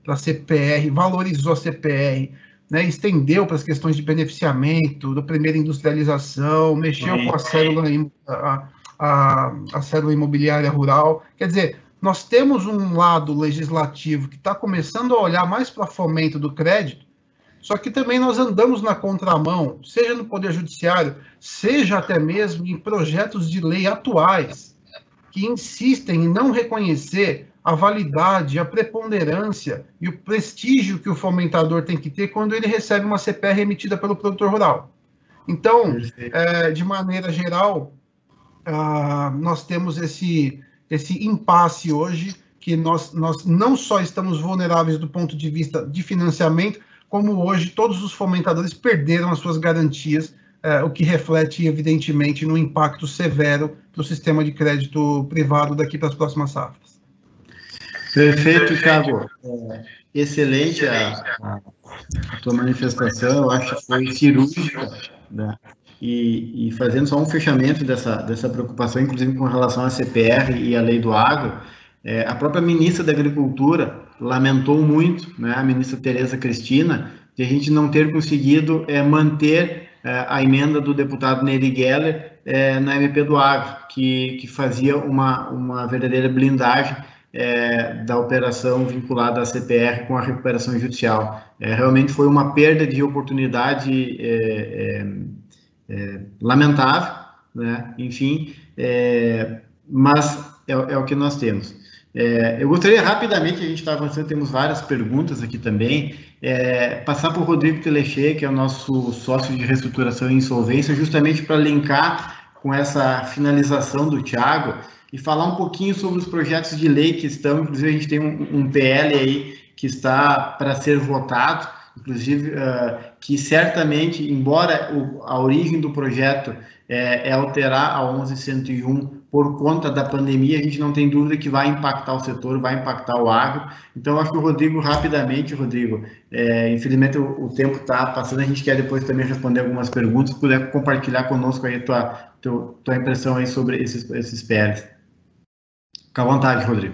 para a C P R, valorizou a C P R, né, estendeu para as questões de beneficiamento, da primeira industrialização, mexeu Sim. com a célula, a, a, a célula imobiliária rural. Quer dizer, nós temos um lado legislativo que está começando a olhar mais para fomento do crédito, só que também nós andamos na contramão, seja no Poder Judiciário, seja até mesmo em projetos de lei atuais, que insistem em não reconhecer a validade, a preponderância e o prestígio que o fomentador tem que ter quando ele recebe uma C P R emitida pelo produtor rural. Então, é, de maneira geral, ah, nós temos esse, esse impasse hoje, que nós, nós não só estamos vulneráveis do ponto de vista de financiamento, como hoje todos os fomentadores perderam as suas garantias, eh, o que reflete, evidentemente, no impacto severo para o sistema de crédito privado daqui para as próximas safras. Perfeito, Thiago. É, excelente a, a, a tua manifestação, eu acho que foi cirúrgica, né? E, e fazendo só um fechamento dessa, dessa preocupação, inclusive com relação à C P R e à lei do agro, é, a própria ministra da Agricultura lamentou muito, né, a ministra Tereza Cristina, de a gente não ter conseguido é, manter é, a emenda do deputado Nery Geller é, na M P do Agro, que, que fazia uma, uma verdadeira blindagem é, da operação vinculada à C P R com a recuperação judicial. É, realmente foi uma perda de oportunidade é, é, é, lamentável, né? Enfim, é, mas é, é o que nós temos. É, eu gostaria rapidamente, a gente está avançando, temos várias perguntas aqui também, é, passar para o Rodrigo Telechê, que é o nosso sócio de reestruturação e insolvência, justamente para linkar com essa finalização do Thiago e falar um pouquinho sobre os projetos de lei que estão, inclusive a gente tem um, um P L aí que está para ser votado, inclusive uh, que certamente, embora o, a origem do projeto é, é alterar a onze cento e um por conta da pandemia, a gente não tem dúvida que vai impactar o setor, vai impactar o agro. Então, eu acho que o Rodrigo, rapidamente, Rodrigo, é, infelizmente o, o tempo está passando, a gente quer depois também responder algumas perguntas, se puder compartilhar conosco aí a tua, tua, tua impressão aí sobre esses, esses P Ls. Fica à vontade, Rodrigo.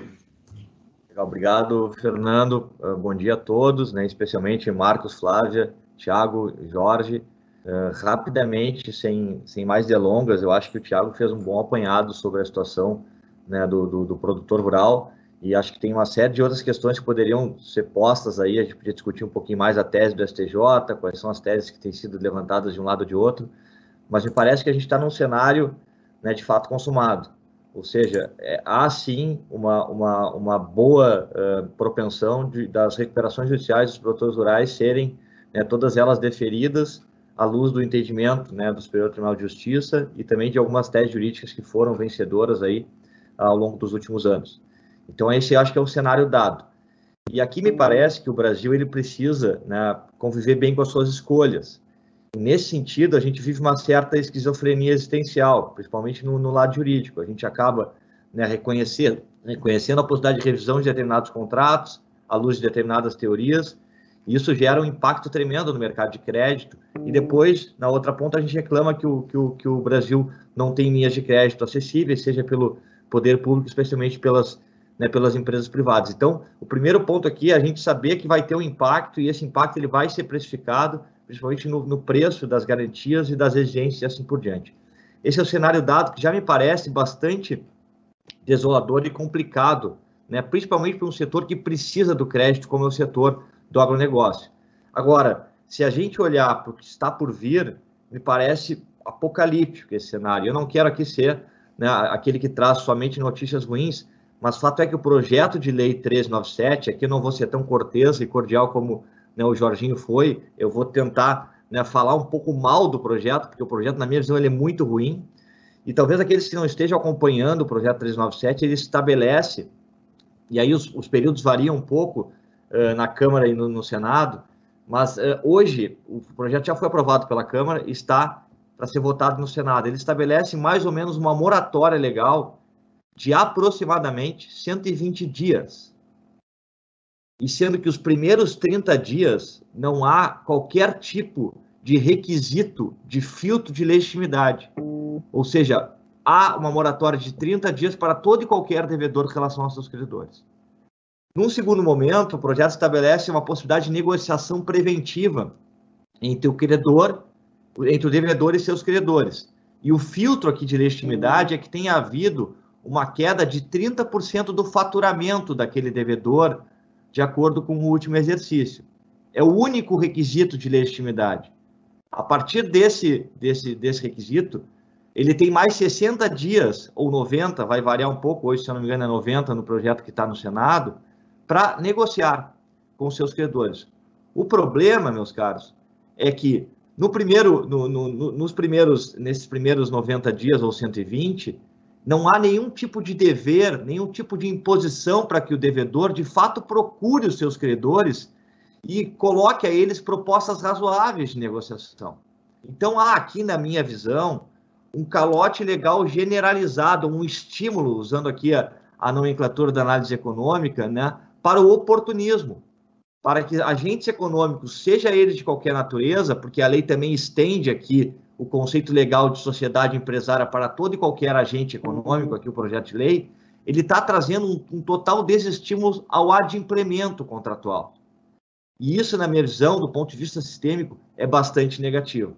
Legal, obrigado, Fernando. Uh, bom dia a todos, né, especialmente Marcos, Flávia, Thiago, Jorge. Uh, rapidamente, sem, sem mais delongas, eu acho que o Thiago fez um bom apanhado sobre a situação, né, do, do, do produtor rural, e acho que tem uma série de outras questões que poderiam ser postas aí. A gente podia discutir um pouquinho mais a tese do S T J, quais são as teses que têm sido levantadas de um lado ou de outro, mas me parece que a gente está num cenário, né, de fato consumado, ou seja, é, há sim uma, uma, uma boa uh, propensão de, das recuperações judiciais dos produtores rurais serem, né, todas elas deferidas à luz do entendimento, né, do Superior Tribunal de Justiça e também de algumas teses jurídicas que foram vencedoras aí ao longo dos últimos anos. Então, esse acho que é o cenário dado. E aqui me parece que o Brasil ele precisa, né, conviver bem com as suas escolhas. E nesse sentido, a gente vive uma certa esquizofrenia existencial, principalmente no, no lado jurídico. A gente acaba, né, reconhecer, reconhecendo a possibilidade de revisão de determinados contratos, à luz de determinadas teorias, e isso gera um impacto tremendo no mercado de crédito. E depois, na outra ponta, a gente reclama que o, que o, que o Brasil não tem linhas de crédito acessíveis, seja pelo poder público, especialmente pelas, né, pelas empresas privadas. Então, o primeiro ponto aqui é a gente saber que vai ter um impacto, e esse impacto ele vai ser precificado, principalmente no, no preço das garantias e das exigências e assim por diante. Esse é o cenário dado que já me parece bastante desolador e complicado, né, principalmente para um setor que precisa do crédito, como é o setor do agronegócio. Agora, se a gente olhar para o que está por vir, me parece apocalíptico esse cenário. Eu não quero aqui ser, né, aquele que traz somente notícias ruins, mas o fato é que o projeto de lei trezentos e noventa e sete, aqui eu não vou ser tão cortês e cordial como, né, o Jorginho foi, eu vou tentar, né, falar um pouco mal do projeto, porque o projeto, na minha visão, ele é muito ruim, e talvez aqueles que não estejam acompanhando o projeto trezentos e noventa e sete, ele estabelece, e aí os, os períodos variam um pouco, na Câmara e no, no Senado, mas uh, hoje o projeto já foi aprovado pela Câmara e está para ser votado no Senado. Ele estabelece mais ou menos uma moratória legal de aproximadamente cento e vinte dias. E sendo que os primeiros trinta dias não há qualquer tipo de requisito de filtro de legitimidade. Ou seja, há uma moratória de trinta dias para todo e qualquer devedor em relação aos seus credores. Num segundo momento, o projeto estabelece uma possibilidade de negociação preventiva entre o credor, entre o devedor e seus credores. E o filtro aqui de legitimidade é que tenha havido uma queda de trinta por cento do faturamento daquele devedor, de acordo com o último exercício. É o único requisito de legitimidade. A partir desse, desse, desse requisito, ele tem mais sessenta dias, ou noventa, vai variar um pouco, hoje, se eu não me engano, é noventa no projeto que está no Senado, para negociar com seus credores. O problema, meus caros, é que no primeiro, no, no, nos primeiros, nesses primeiros noventa dias ou cento e vinte, não há nenhum tipo de dever, nenhum tipo de imposição para que o devedor, de fato, procure os seus credores e coloque a eles propostas razoáveis de negociação. Então, há aqui, na minha visão, um calote legal generalizado, um estímulo, usando aqui a, a nomenclatura da análise econômica, né, para o oportunismo, para que agentes econômicos, seja eles de qualquer natureza, porque a lei também estende aqui o conceito legal de sociedade empresária para todo e qualquer agente econômico, aqui o projeto de lei, ele está trazendo um, um total desestímulo ao adimplemento contratual. E isso, na minha visão, do ponto de vista sistêmico, é bastante negativo.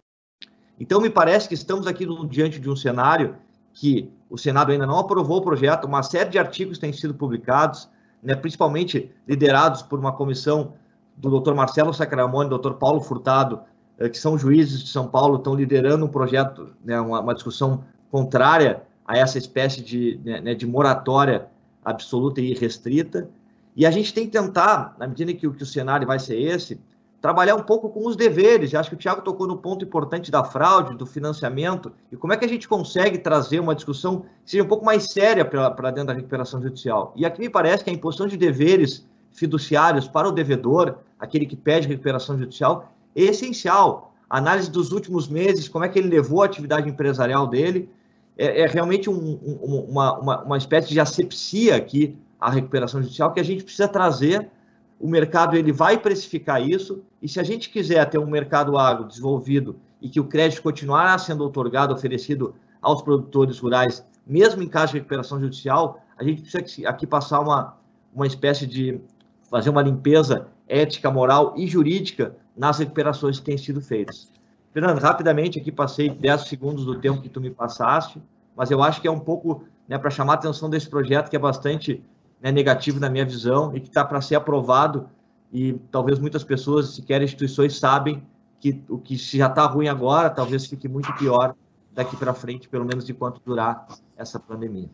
Então, me parece que estamos aqui no, diante de um cenário que o Senado ainda não aprovou o projeto, uma série de artigos têm sido publicados, né, principalmente liderados por uma comissão do doutor Marcelo Sacramone e doutor Paulo Furtado, eh, que são juízes de São Paulo, estão liderando um projeto, né, uma, uma discussão contrária a essa espécie de, né, de moratória absoluta e irrestrita. E a gente tem que tentar, na medida que o, que o cenário vai ser esse, trabalhar um pouco com os deveres. Eu acho que o Thiago tocou no ponto importante da fraude, do financiamento, e como é que a gente consegue trazer uma discussão que seja um pouco mais séria para dentro da recuperação judicial. E aqui me parece que a imposição de deveres fiduciários para o devedor, aquele que pede recuperação judicial, é essencial. A análise dos últimos meses, como é que ele levou a atividade empresarial dele, é, é realmente um, um, uma, uma, uma espécie de asepsia aqui, a recuperação judicial, que a gente precisa trazer. O mercado ele vai precificar isso, e se a gente quiser ter um mercado agro desenvolvido e que o crédito continuar sendo outorgado, oferecido aos produtores rurais, mesmo em caso de recuperação judicial, a gente precisa aqui passar uma, uma espécie de fazer uma limpeza ética, moral e jurídica nas recuperações que têm sido feitas. Fernando, rapidamente aqui passei dez segundos do tempo que tu me passaste, mas eu acho que é um pouco, né, para chamar a atenção desse projeto que é bastante, né, negativo na minha visão e que está para ser aprovado, e talvez muitas pessoas, sequer instituições, sabem que o que já está ruim agora, talvez fique muito pior daqui para frente, pelo menos enquanto durar essa pandemia.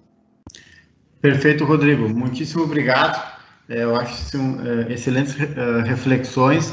Perfeito, Rodrigo. Muitíssimo obrigado. É, eu acho que são é, excelentes é, reflexões,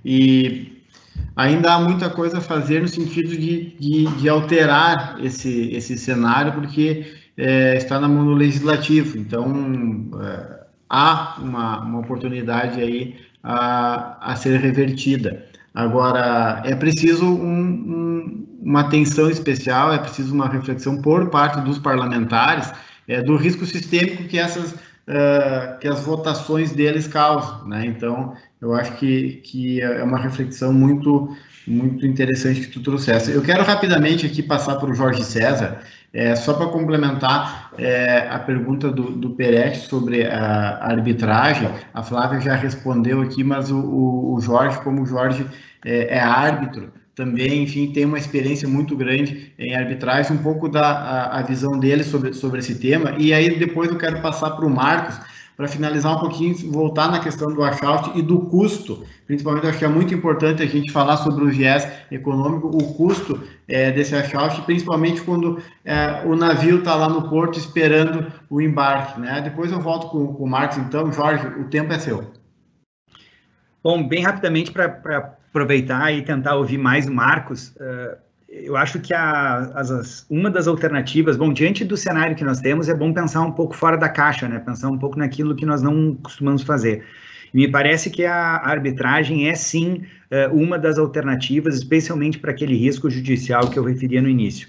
e ainda há muita coisa a fazer no sentido de, de, de alterar esse, esse cenário, porque É, está na mão do legislativo. Então, é, há uma, uma oportunidade aí a, a ser revertida. Agora, é preciso um, um, uma atenção especial, é preciso uma reflexão por parte dos parlamentares é, do risco sistêmico que essas uh, que as votações deles causam, né? Então, eu acho que, que é uma reflexão muito, muito interessante que tu trouxesse. Eu quero rapidamente aqui passar para o Jorge César, É, só para complementar é, a pergunta do, do Peretti sobre a, a arbitragem. A Flávia já respondeu aqui, mas o, o, o Jorge, como o Jorge é, é árbitro, também, enfim, tem uma experiência muito grande em arbitragem, um pouco da a, a visão dele sobre, sobre esse tema. E aí depois eu quero passar para o Marcos, para finalizar um pouquinho, voltar na questão do washout e do custo. Principalmente, acho que é muito importante a gente falar sobre o viés econômico, o custo é, desse washout, principalmente quando é, o navio está lá no porto esperando o embarque, né? Depois eu volto com, com o Marcos, então. Jorge, o tempo é seu. Bom, bem rapidamente, para aproveitar e tentar ouvir mais o Marcos, uh, eu acho que a, as, uma das alternativas, bom, diante do cenário que nós temos, é bom pensar um pouco fora da caixa, né? Pensar um pouco naquilo que nós não costumamos fazer. E me parece que a arbitragem é, sim, uma das alternativas, especialmente para aquele risco judicial que eu referia no início.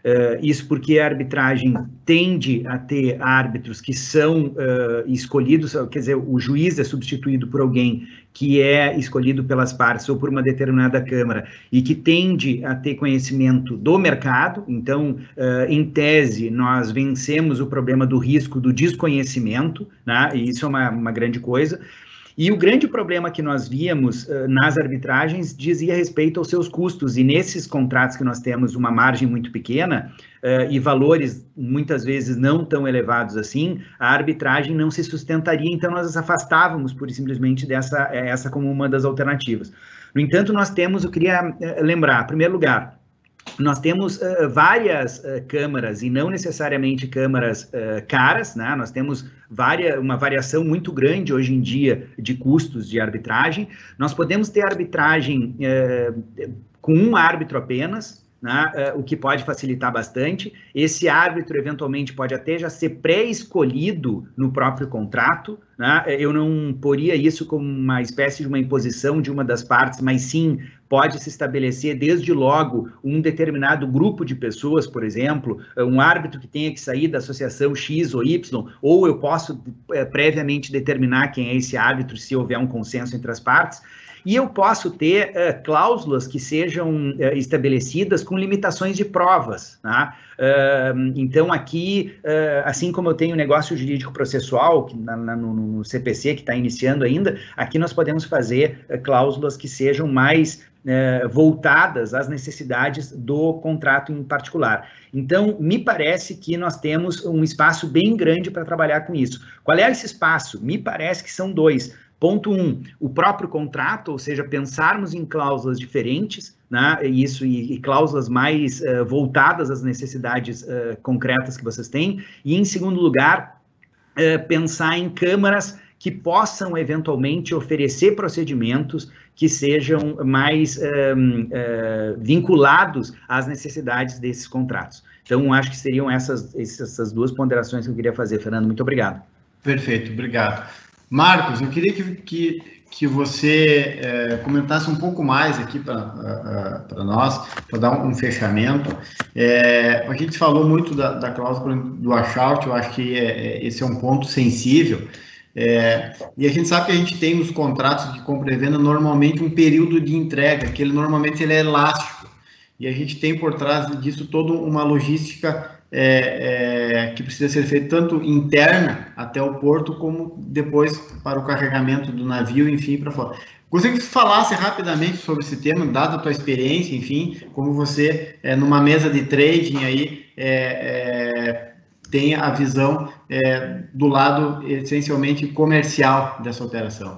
Uh, isso porque a arbitragem tende a ter árbitros que são uh, escolhidos, quer dizer, o juiz é substituído por alguém que é escolhido pelas partes ou por uma determinada Câmara e que tende a ter conhecimento do mercado. Então, uh, em tese, nós vencemos o problema do risco do desconhecimento, né? E isso é uma, uma grande coisa. E o grande problema que nós víamos uh, nas arbitragens dizia respeito aos seus custos, e nesses contratos que nós temos uma margem muito pequena uh, e valores muitas vezes não tão elevados assim, a arbitragem não se sustentaria, então nós nos afastávamos pura e simplesmente dessa essa como uma das alternativas. No entanto, nós temos, eu queria uh, lembrar, em primeiro lugar, nós temos uh, várias uh, câmaras, e não necessariamente câmaras uh, caras, né? Nós temos várias, uma variação muito grande hoje em dia de custos de arbitragem. Nós podemos ter arbitragem uh, com um árbitro apenas, né? Uh, o que pode facilitar bastante. Esse árbitro, eventualmente, pode até já ser pré-escolhido no próprio contrato, né? Eu não poria isso como uma espécie de uma imposição de uma das partes, mas sim pode se estabelecer desde logo um determinado grupo de pessoas, por exemplo, um árbitro que tenha que sair da associação X ou Y, ou eu posso é, previamente determinar quem é esse árbitro se houver um consenso entre as partes. E eu posso ter uh, cláusulas que sejam uh, estabelecidas com limitações de provas, né? Uh, então, aqui, uh, assim como eu tenho negócio jurídico processual, que na, na, no, no C P C, que está iniciando ainda, aqui nós podemos fazer uh, cláusulas que sejam mais uh, voltadas às necessidades do contrato em particular. Então, me parece que nós temos um espaço bem grande para trabalhar com isso. Qual é esse espaço? Me parece que são dois. Ponto um, o próprio contrato, ou seja, pensarmos em cláusulas diferentes, né, isso, e, e cláusulas mais uh, voltadas às necessidades uh, concretas que vocês têm. E, em segundo lugar, uh, pensar em câmaras que possam, eventualmente, oferecer procedimentos que sejam mais uh, uh, vinculados às necessidades desses contratos. Então, acho que seriam essas, essas duas ponderações que eu queria fazer, Fernando. Muito obrigado. Perfeito, obrigado. Marcos, eu queria que, que, que você é, comentasse um pouco mais aqui para nós, para dar um, um fechamento. É, a gente falou muito da, da cláusula do washout, eu acho que é, é, esse é um ponto sensível. É, e a gente sabe que a gente tem nos contratos de compra e venda normalmente um período de entrega, que ele normalmente ele é elástico. E a gente tem por trás disso toda uma logística É, é, que precisa ser feito tanto interna até o porto, como depois para o carregamento do navio, enfim, para fora. Gostaria que você falasse rapidamente sobre esse tema, dada a tua experiência, enfim, como você, é, numa mesa de trading aí, é, é, tem a visão é, do lado, essencialmente, comercial dessa operação.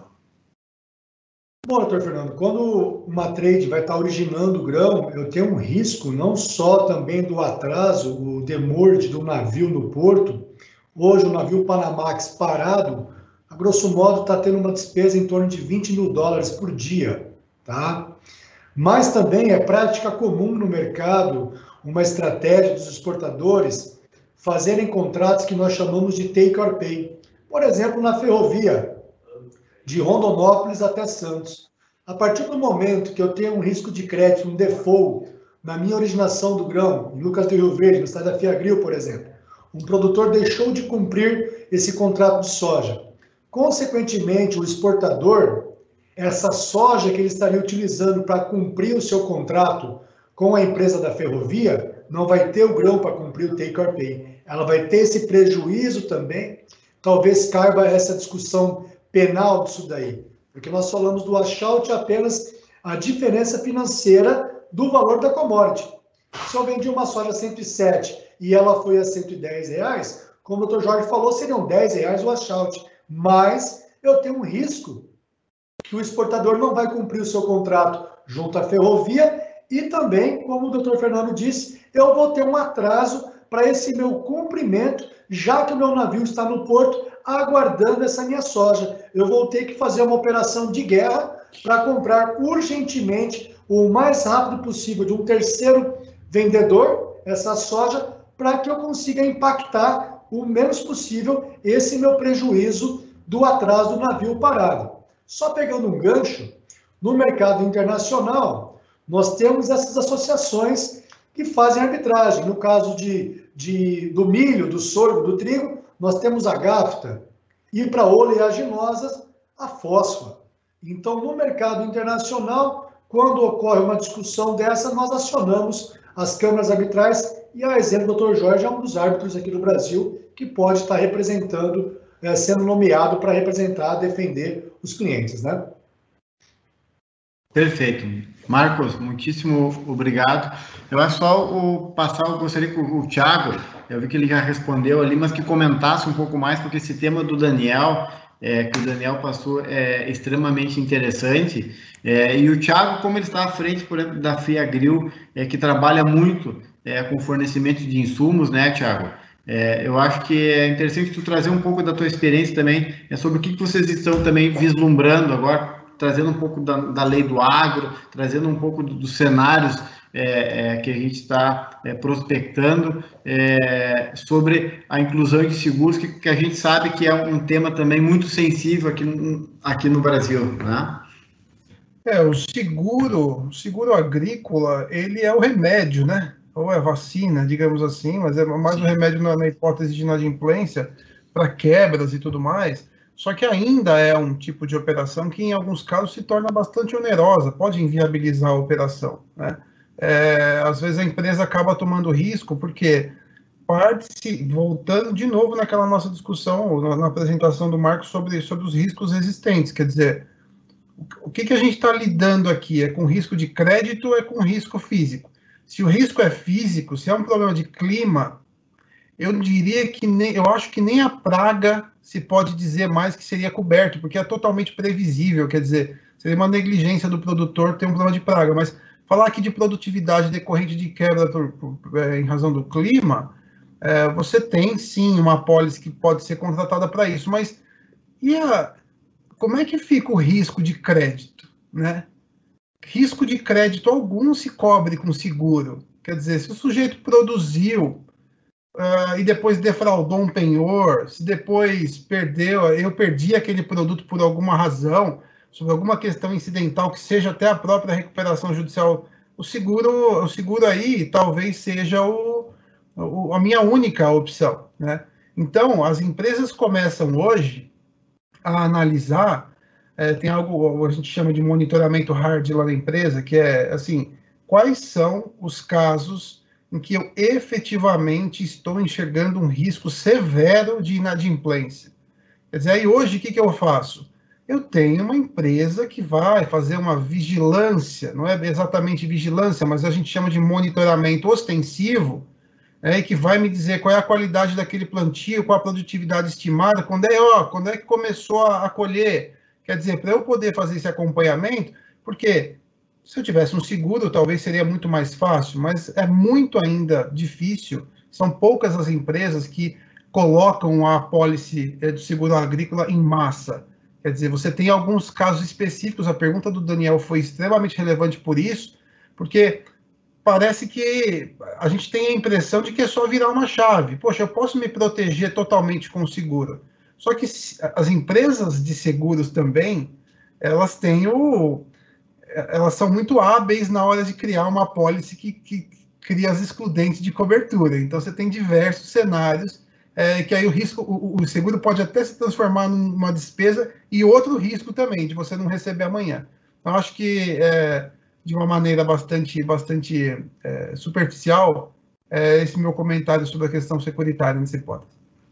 Bom, doutor Fernando, quando uma trade vai estar originando o grão, eu tenho um risco não só também do atraso, o demurge do navio no porto. Hoje o navio Panamax parado, a grosso modo, está tendo uma despesa em torno de vinte mil dólares por dia, tá? Mas também é prática comum no mercado uma estratégia dos exportadores fazerem contratos que nós chamamos de take or pay. Por exemplo, na ferrovia, de Rondonópolis até Santos. A partir do momento que eu tenho um risco de crédito, um default, na minha originação do grão, em Lucas do Rio Verde, no estado da Fiagril, por exemplo, um produtor deixou de cumprir esse contrato de soja. Consequentemente, o exportador, essa soja que ele estaria utilizando para cumprir o seu contrato com a empresa da ferrovia, não vai ter o grão para cumprir o take or pay. Ela vai ter esse prejuízo também. Talvez caiba essa discussão penal disso daí, porque nós falamos do washout apenas a diferença financeira do valor da commodity. Se eu vendi uma soja a cento e sete e ela foi a cento e dez reais, como o doutor Jorge falou, seriam dez reais o washout, mas eu tenho um risco que o exportador não vai cumprir o seu contrato junto à ferrovia e também, como o doutor Fernando disse, eu vou ter um atraso para esse meu cumprimento, já que o meu navio está no porto aguardando essa minha soja. Eu vou ter que fazer uma operação de guerra para comprar urgentemente, o mais rápido possível, de um terceiro vendedor, essa soja, para que eu consiga impactar o menos possível esse meu prejuízo do atraso do navio parado. Só pegando um gancho, no mercado internacional, nós temos essas associações que fazem arbitragem. No caso de, de, do milho, do sorgo, do trigo, nós temos a GAFTA. E para oleaginosas, a fósforo. Então, no mercado internacional, quando ocorre uma discussão dessa, nós acionamos as câmaras arbitrais, e a exemplo do doutor Jorge é um dos árbitros aqui do Brasil, que pode estar representando, é, sendo nomeado para representar, defender os clientes, né? Perfeito. Marcos, muitíssimo obrigado. Eu acho só o passar, eu gostaria que o, o Thiago, eu vi que ele já respondeu ali, mas que comentasse um pouco mais, porque esse tema do Daniel, é, que o Daniel passou, é extremamente interessante. É, e o Thiago, como ele está à frente, por exemplo, da Fiagril, é, que trabalha muito é, com fornecimento de insumos, né, Thiago? É, eu acho que é interessante tu trazer um pouco da tua experiência também, é, sobre o que, que vocês estão também vislumbrando agora, trazendo um pouco da, da lei do agro, trazendo um pouco do, dos cenários é, é, que a gente está é, prospectando, é, sobre a inclusão de seguros, que, que a gente sabe que é um tema também muito sensível aqui no, aqui no Brasil, né? É, o seguro, o seguro agrícola, ele é o remédio, né? Ou é vacina, digamos assim, mas é mais o remédio na, na hipótese de inadimplência, para quebras e tudo mais. Só que ainda é um tipo de operação que, em alguns casos, se torna bastante onerosa, pode inviabilizar a operação, né? É, às vezes a empresa acaba tomando risco, porque parte-se, voltando de novo naquela nossa discussão, na, na apresentação do Marcos, sobre, sobre os riscos existentes, quer dizer, o que, que a gente está lidando aqui? É com risco de crédito ou é com risco físico? Se o risco é físico, se é um problema de clima, eu diria que nem, eu acho que nem a praga se pode dizer mais que seria coberto, porque é totalmente previsível, quer dizer, seria uma negligência do produtor ter um problema de praga, mas falar aqui de produtividade decorrente de quebra por, por, é, em razão do clima, é, você tem sim uma apólice que pode ser contratada para isso, mas e a, como é que fica o risco de crédito, né? Risco de crédito algum se cobre com seguro, quer dizer, se o sujeito produziu Uh, e depois defraudou um penhor, se depois perdeu, eu perdi aquele produto por alguma razão, sobre alguma questão incidental, que seja até a própria recuperação judicial, o seguro, o seguro aí talvez seja o, o, a minha única opção, né? Então, as empresas começam hoje a analisar, é, tem algo, a gente chama de monitoramento hard lá na empresa, que é, assim, quais são os casos em que eu efetivamente estou enxergando um risco severo de inadimplência. Quer dizer, aí hoje o que, que eu faço? Eu tenho uma empresa que vai fazer uma vigilância, não é exatamente vigilância, mas a gente chama de monitoramento ostensivo, é, que vai me dizer qual é a qualidade daquele plantio, qual a produtividade estimada, quando é, ó, quando é que começou a, a colher. Quer dizer, para eu poder fazer esse acompanhamento, porque se eu tivesse um seguro, talvez seria muito mais fácil, mas é muito ainda difícil. São poucas as empresas que colocam a apólice do seguro agrícola em massa. Quer dizer, você tem alguns casos específicos. A pergunta do Daniel foi extremamente relevante por isso, porque parece que a gente tem a impressão de que é só virar uma chave. Poxa, eu posso me proteger totalmente com o seguro. Só que as empresas de seguros também, elas têm o... elas são muito hábeis na hora de criar uma apólice que, que cria as excludentes de cobertura. Então, você tem diversos cenários é, que aí o risco, o, o seguro pode até se transformar numa despesa e outro risco também, de você não receber amanhã. Então, acho que, é, de uma maneira bastante, bastante é, superficial, é esse meu comentário sobre a questão securitária nessa hipótese.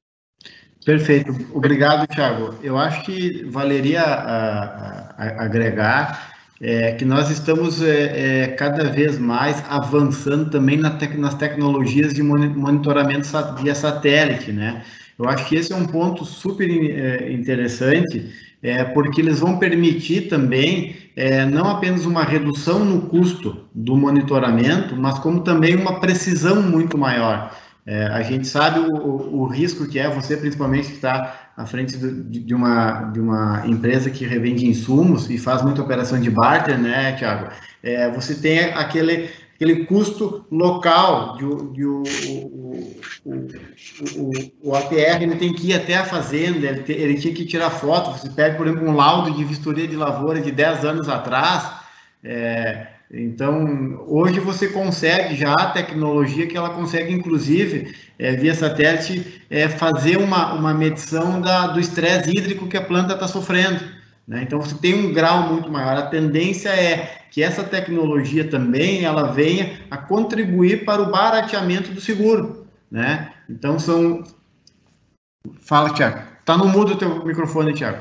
Perfeito. Obrigado, Thiago. Eu acho que valeria a, a, agregar É, que nós estamos é, é, cada vez mais avançando também na tec nas tecnologias de monitoramento via satélite, né? Eu acho que esse é um ponto super é, interessante, é, porque eles vão permitir também é, não apenas uma redução no custo do monitoramento, mas como também uma precisão muito maior. É, a gente sabe o, o, o risco que é, você principalmente que está à frente do, de, de, uma, de uma empresa que revende insumos e faz muita operação de barter, né, Thiago? É, você tem aquele, aquele custo local, de, de, o, o, o, o, o A T R ele tem que ir até a fazenda, ele, te, ele tinha que tirar foto. Você pega, por exemplo, um laudo de vistoria de lavoura de dez anos atrás, é, Então, hoje você consegue já a tecnologia que ela consegue, inclusive, é, via satélite, é, fazer uma, uma medição da, do estresse hídrico que a planta está sofrendo, né? Então, você tem um grau muito maior. A tendência é que essa tecnologia também ela venha a contribuir para o barateamento do seguro, né? Então, são... Fala, Tiago. Está no mudo o teu microfone, Tiago.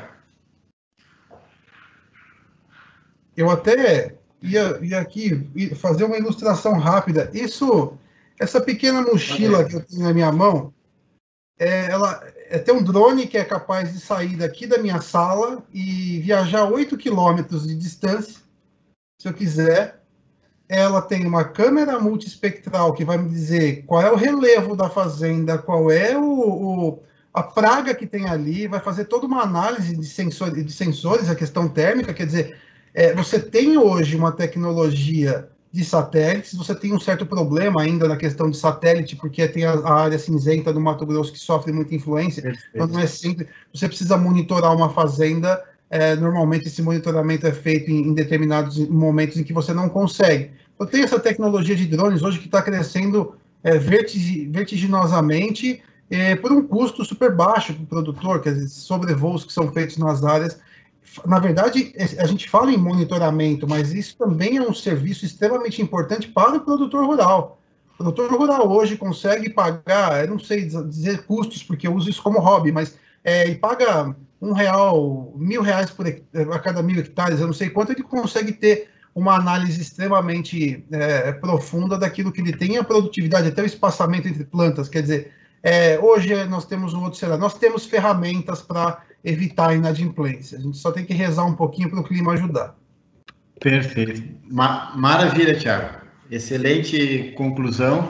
Eu até... Ia, ia aqui fazer uma ilustração rápida. Isso, essa pequena mochila que eu tenho na minha mão, é, ela é ter um drone que é capaz de sair daqui da minha sala e viajar oito quilômetros de distância, se eu quiser. Ela tem uma câmera multiespectral que vai me dizer qual é o relevo da fazenda, qual é o, o, a praga que tem ali, vai fazer toda uma análise de, sensor, de sensores, a questão térmica, quer dizer... É, você tem hoje uma tecnologia de satélites, você tem um certo problema ainda na questão de satélite, porque tem a, a área cinzenta do Mato Grosso que sofre muita influência, Perfeito. Então não é sempre, você precisa monitorar uma fazenda, é, normalmente esse monitoramento é feito em, em determinados momentos em que você não consegue. Então tem essa tecnologia de drones hoje que está crescendo é, vertig, vertiginosamente, é, por um custo super baixo para o produtor, quer dizer, sobrevoos que são feitos nas áreas. Na verdade, a gente fala em monitoramento, mas isso também é um serviço extremamente importante para o produtor rural. O produtor rural hoje consegue pagar, eu não sei dizer custos, porque eu uso isso como hobby, mas é, e paga um real, mil reais por, a cada mil hectares, eu não sei quanto, ele consegue ter uma análise extremamente é, profunda daquilo que ele tem, a produtividade, até o espaçamento entre plantas. Quer dizer, é, hoje nós temos um outro cenário, nós temos ferramentas para evitar a inadimplência. A gente só tem que rezar um pouquinho para o clima ajudar. Perfeito. Ma maravilha, Tiago. Excelente conclusão.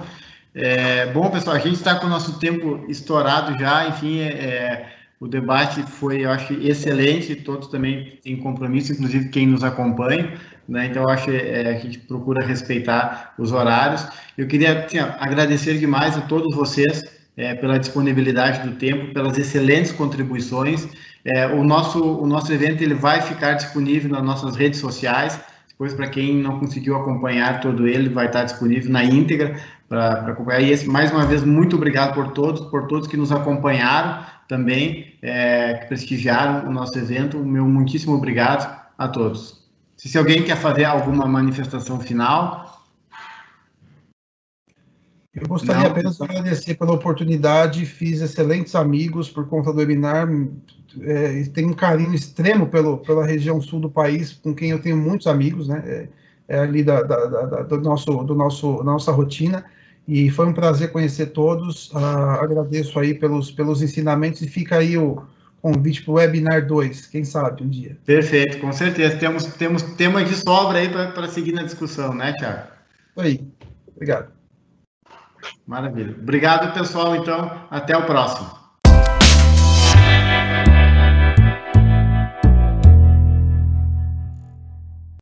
É, bom, pessoal, a gente está com o nosso tempo estourado já. Enfim, é, o debate foi, eu acho, excelente. Todos também têm compromisso, inclusive quem nos acompanha, né? Então, eu acho que é, a gente procura respeitar os horários. Eu queria assim, agradecer demais a todos vocês É, pela disponibilidade do tempo, pelas excelentes contribuições. É, o, nosso, o nosso evento ele vai ficar disponível nas nossas redes sociais. Depois, para quem não conseguiu acompanhar todo ele, vai estar disponível na íntegra para acompanhar. E esse, mais uma vez, muito obrigado por todos, por todos que nos acompanharam também, é, que prestigiaram o nosso evento. O meu muitíssimo obrigado a todos. Se, se alguém quer fazer alguma manifestação final... Eu gostaria Não. apenas de agradecer pela oportunidade, fiz excelentes amigos por conta do webinar, é, tenho um carinho extremo pelo, pela região sul do país, com quem eu tenho muitos amigos, né, é, é ali da, da, da, do nosso, do nosso, da nossa rotina, e foi um prazer conhecer todos, ah, agradeço aí pelos, pelos ensinamentos, e fica aí o convite para o webinar dois, quem sabe um dia. Perfeito, com certeza, temos, temos tema de sobra aí para seguir na discussão, né, Tiago? Aí, obrigado. Maravilha. Obrigado, pessoal. Então, até o próximo.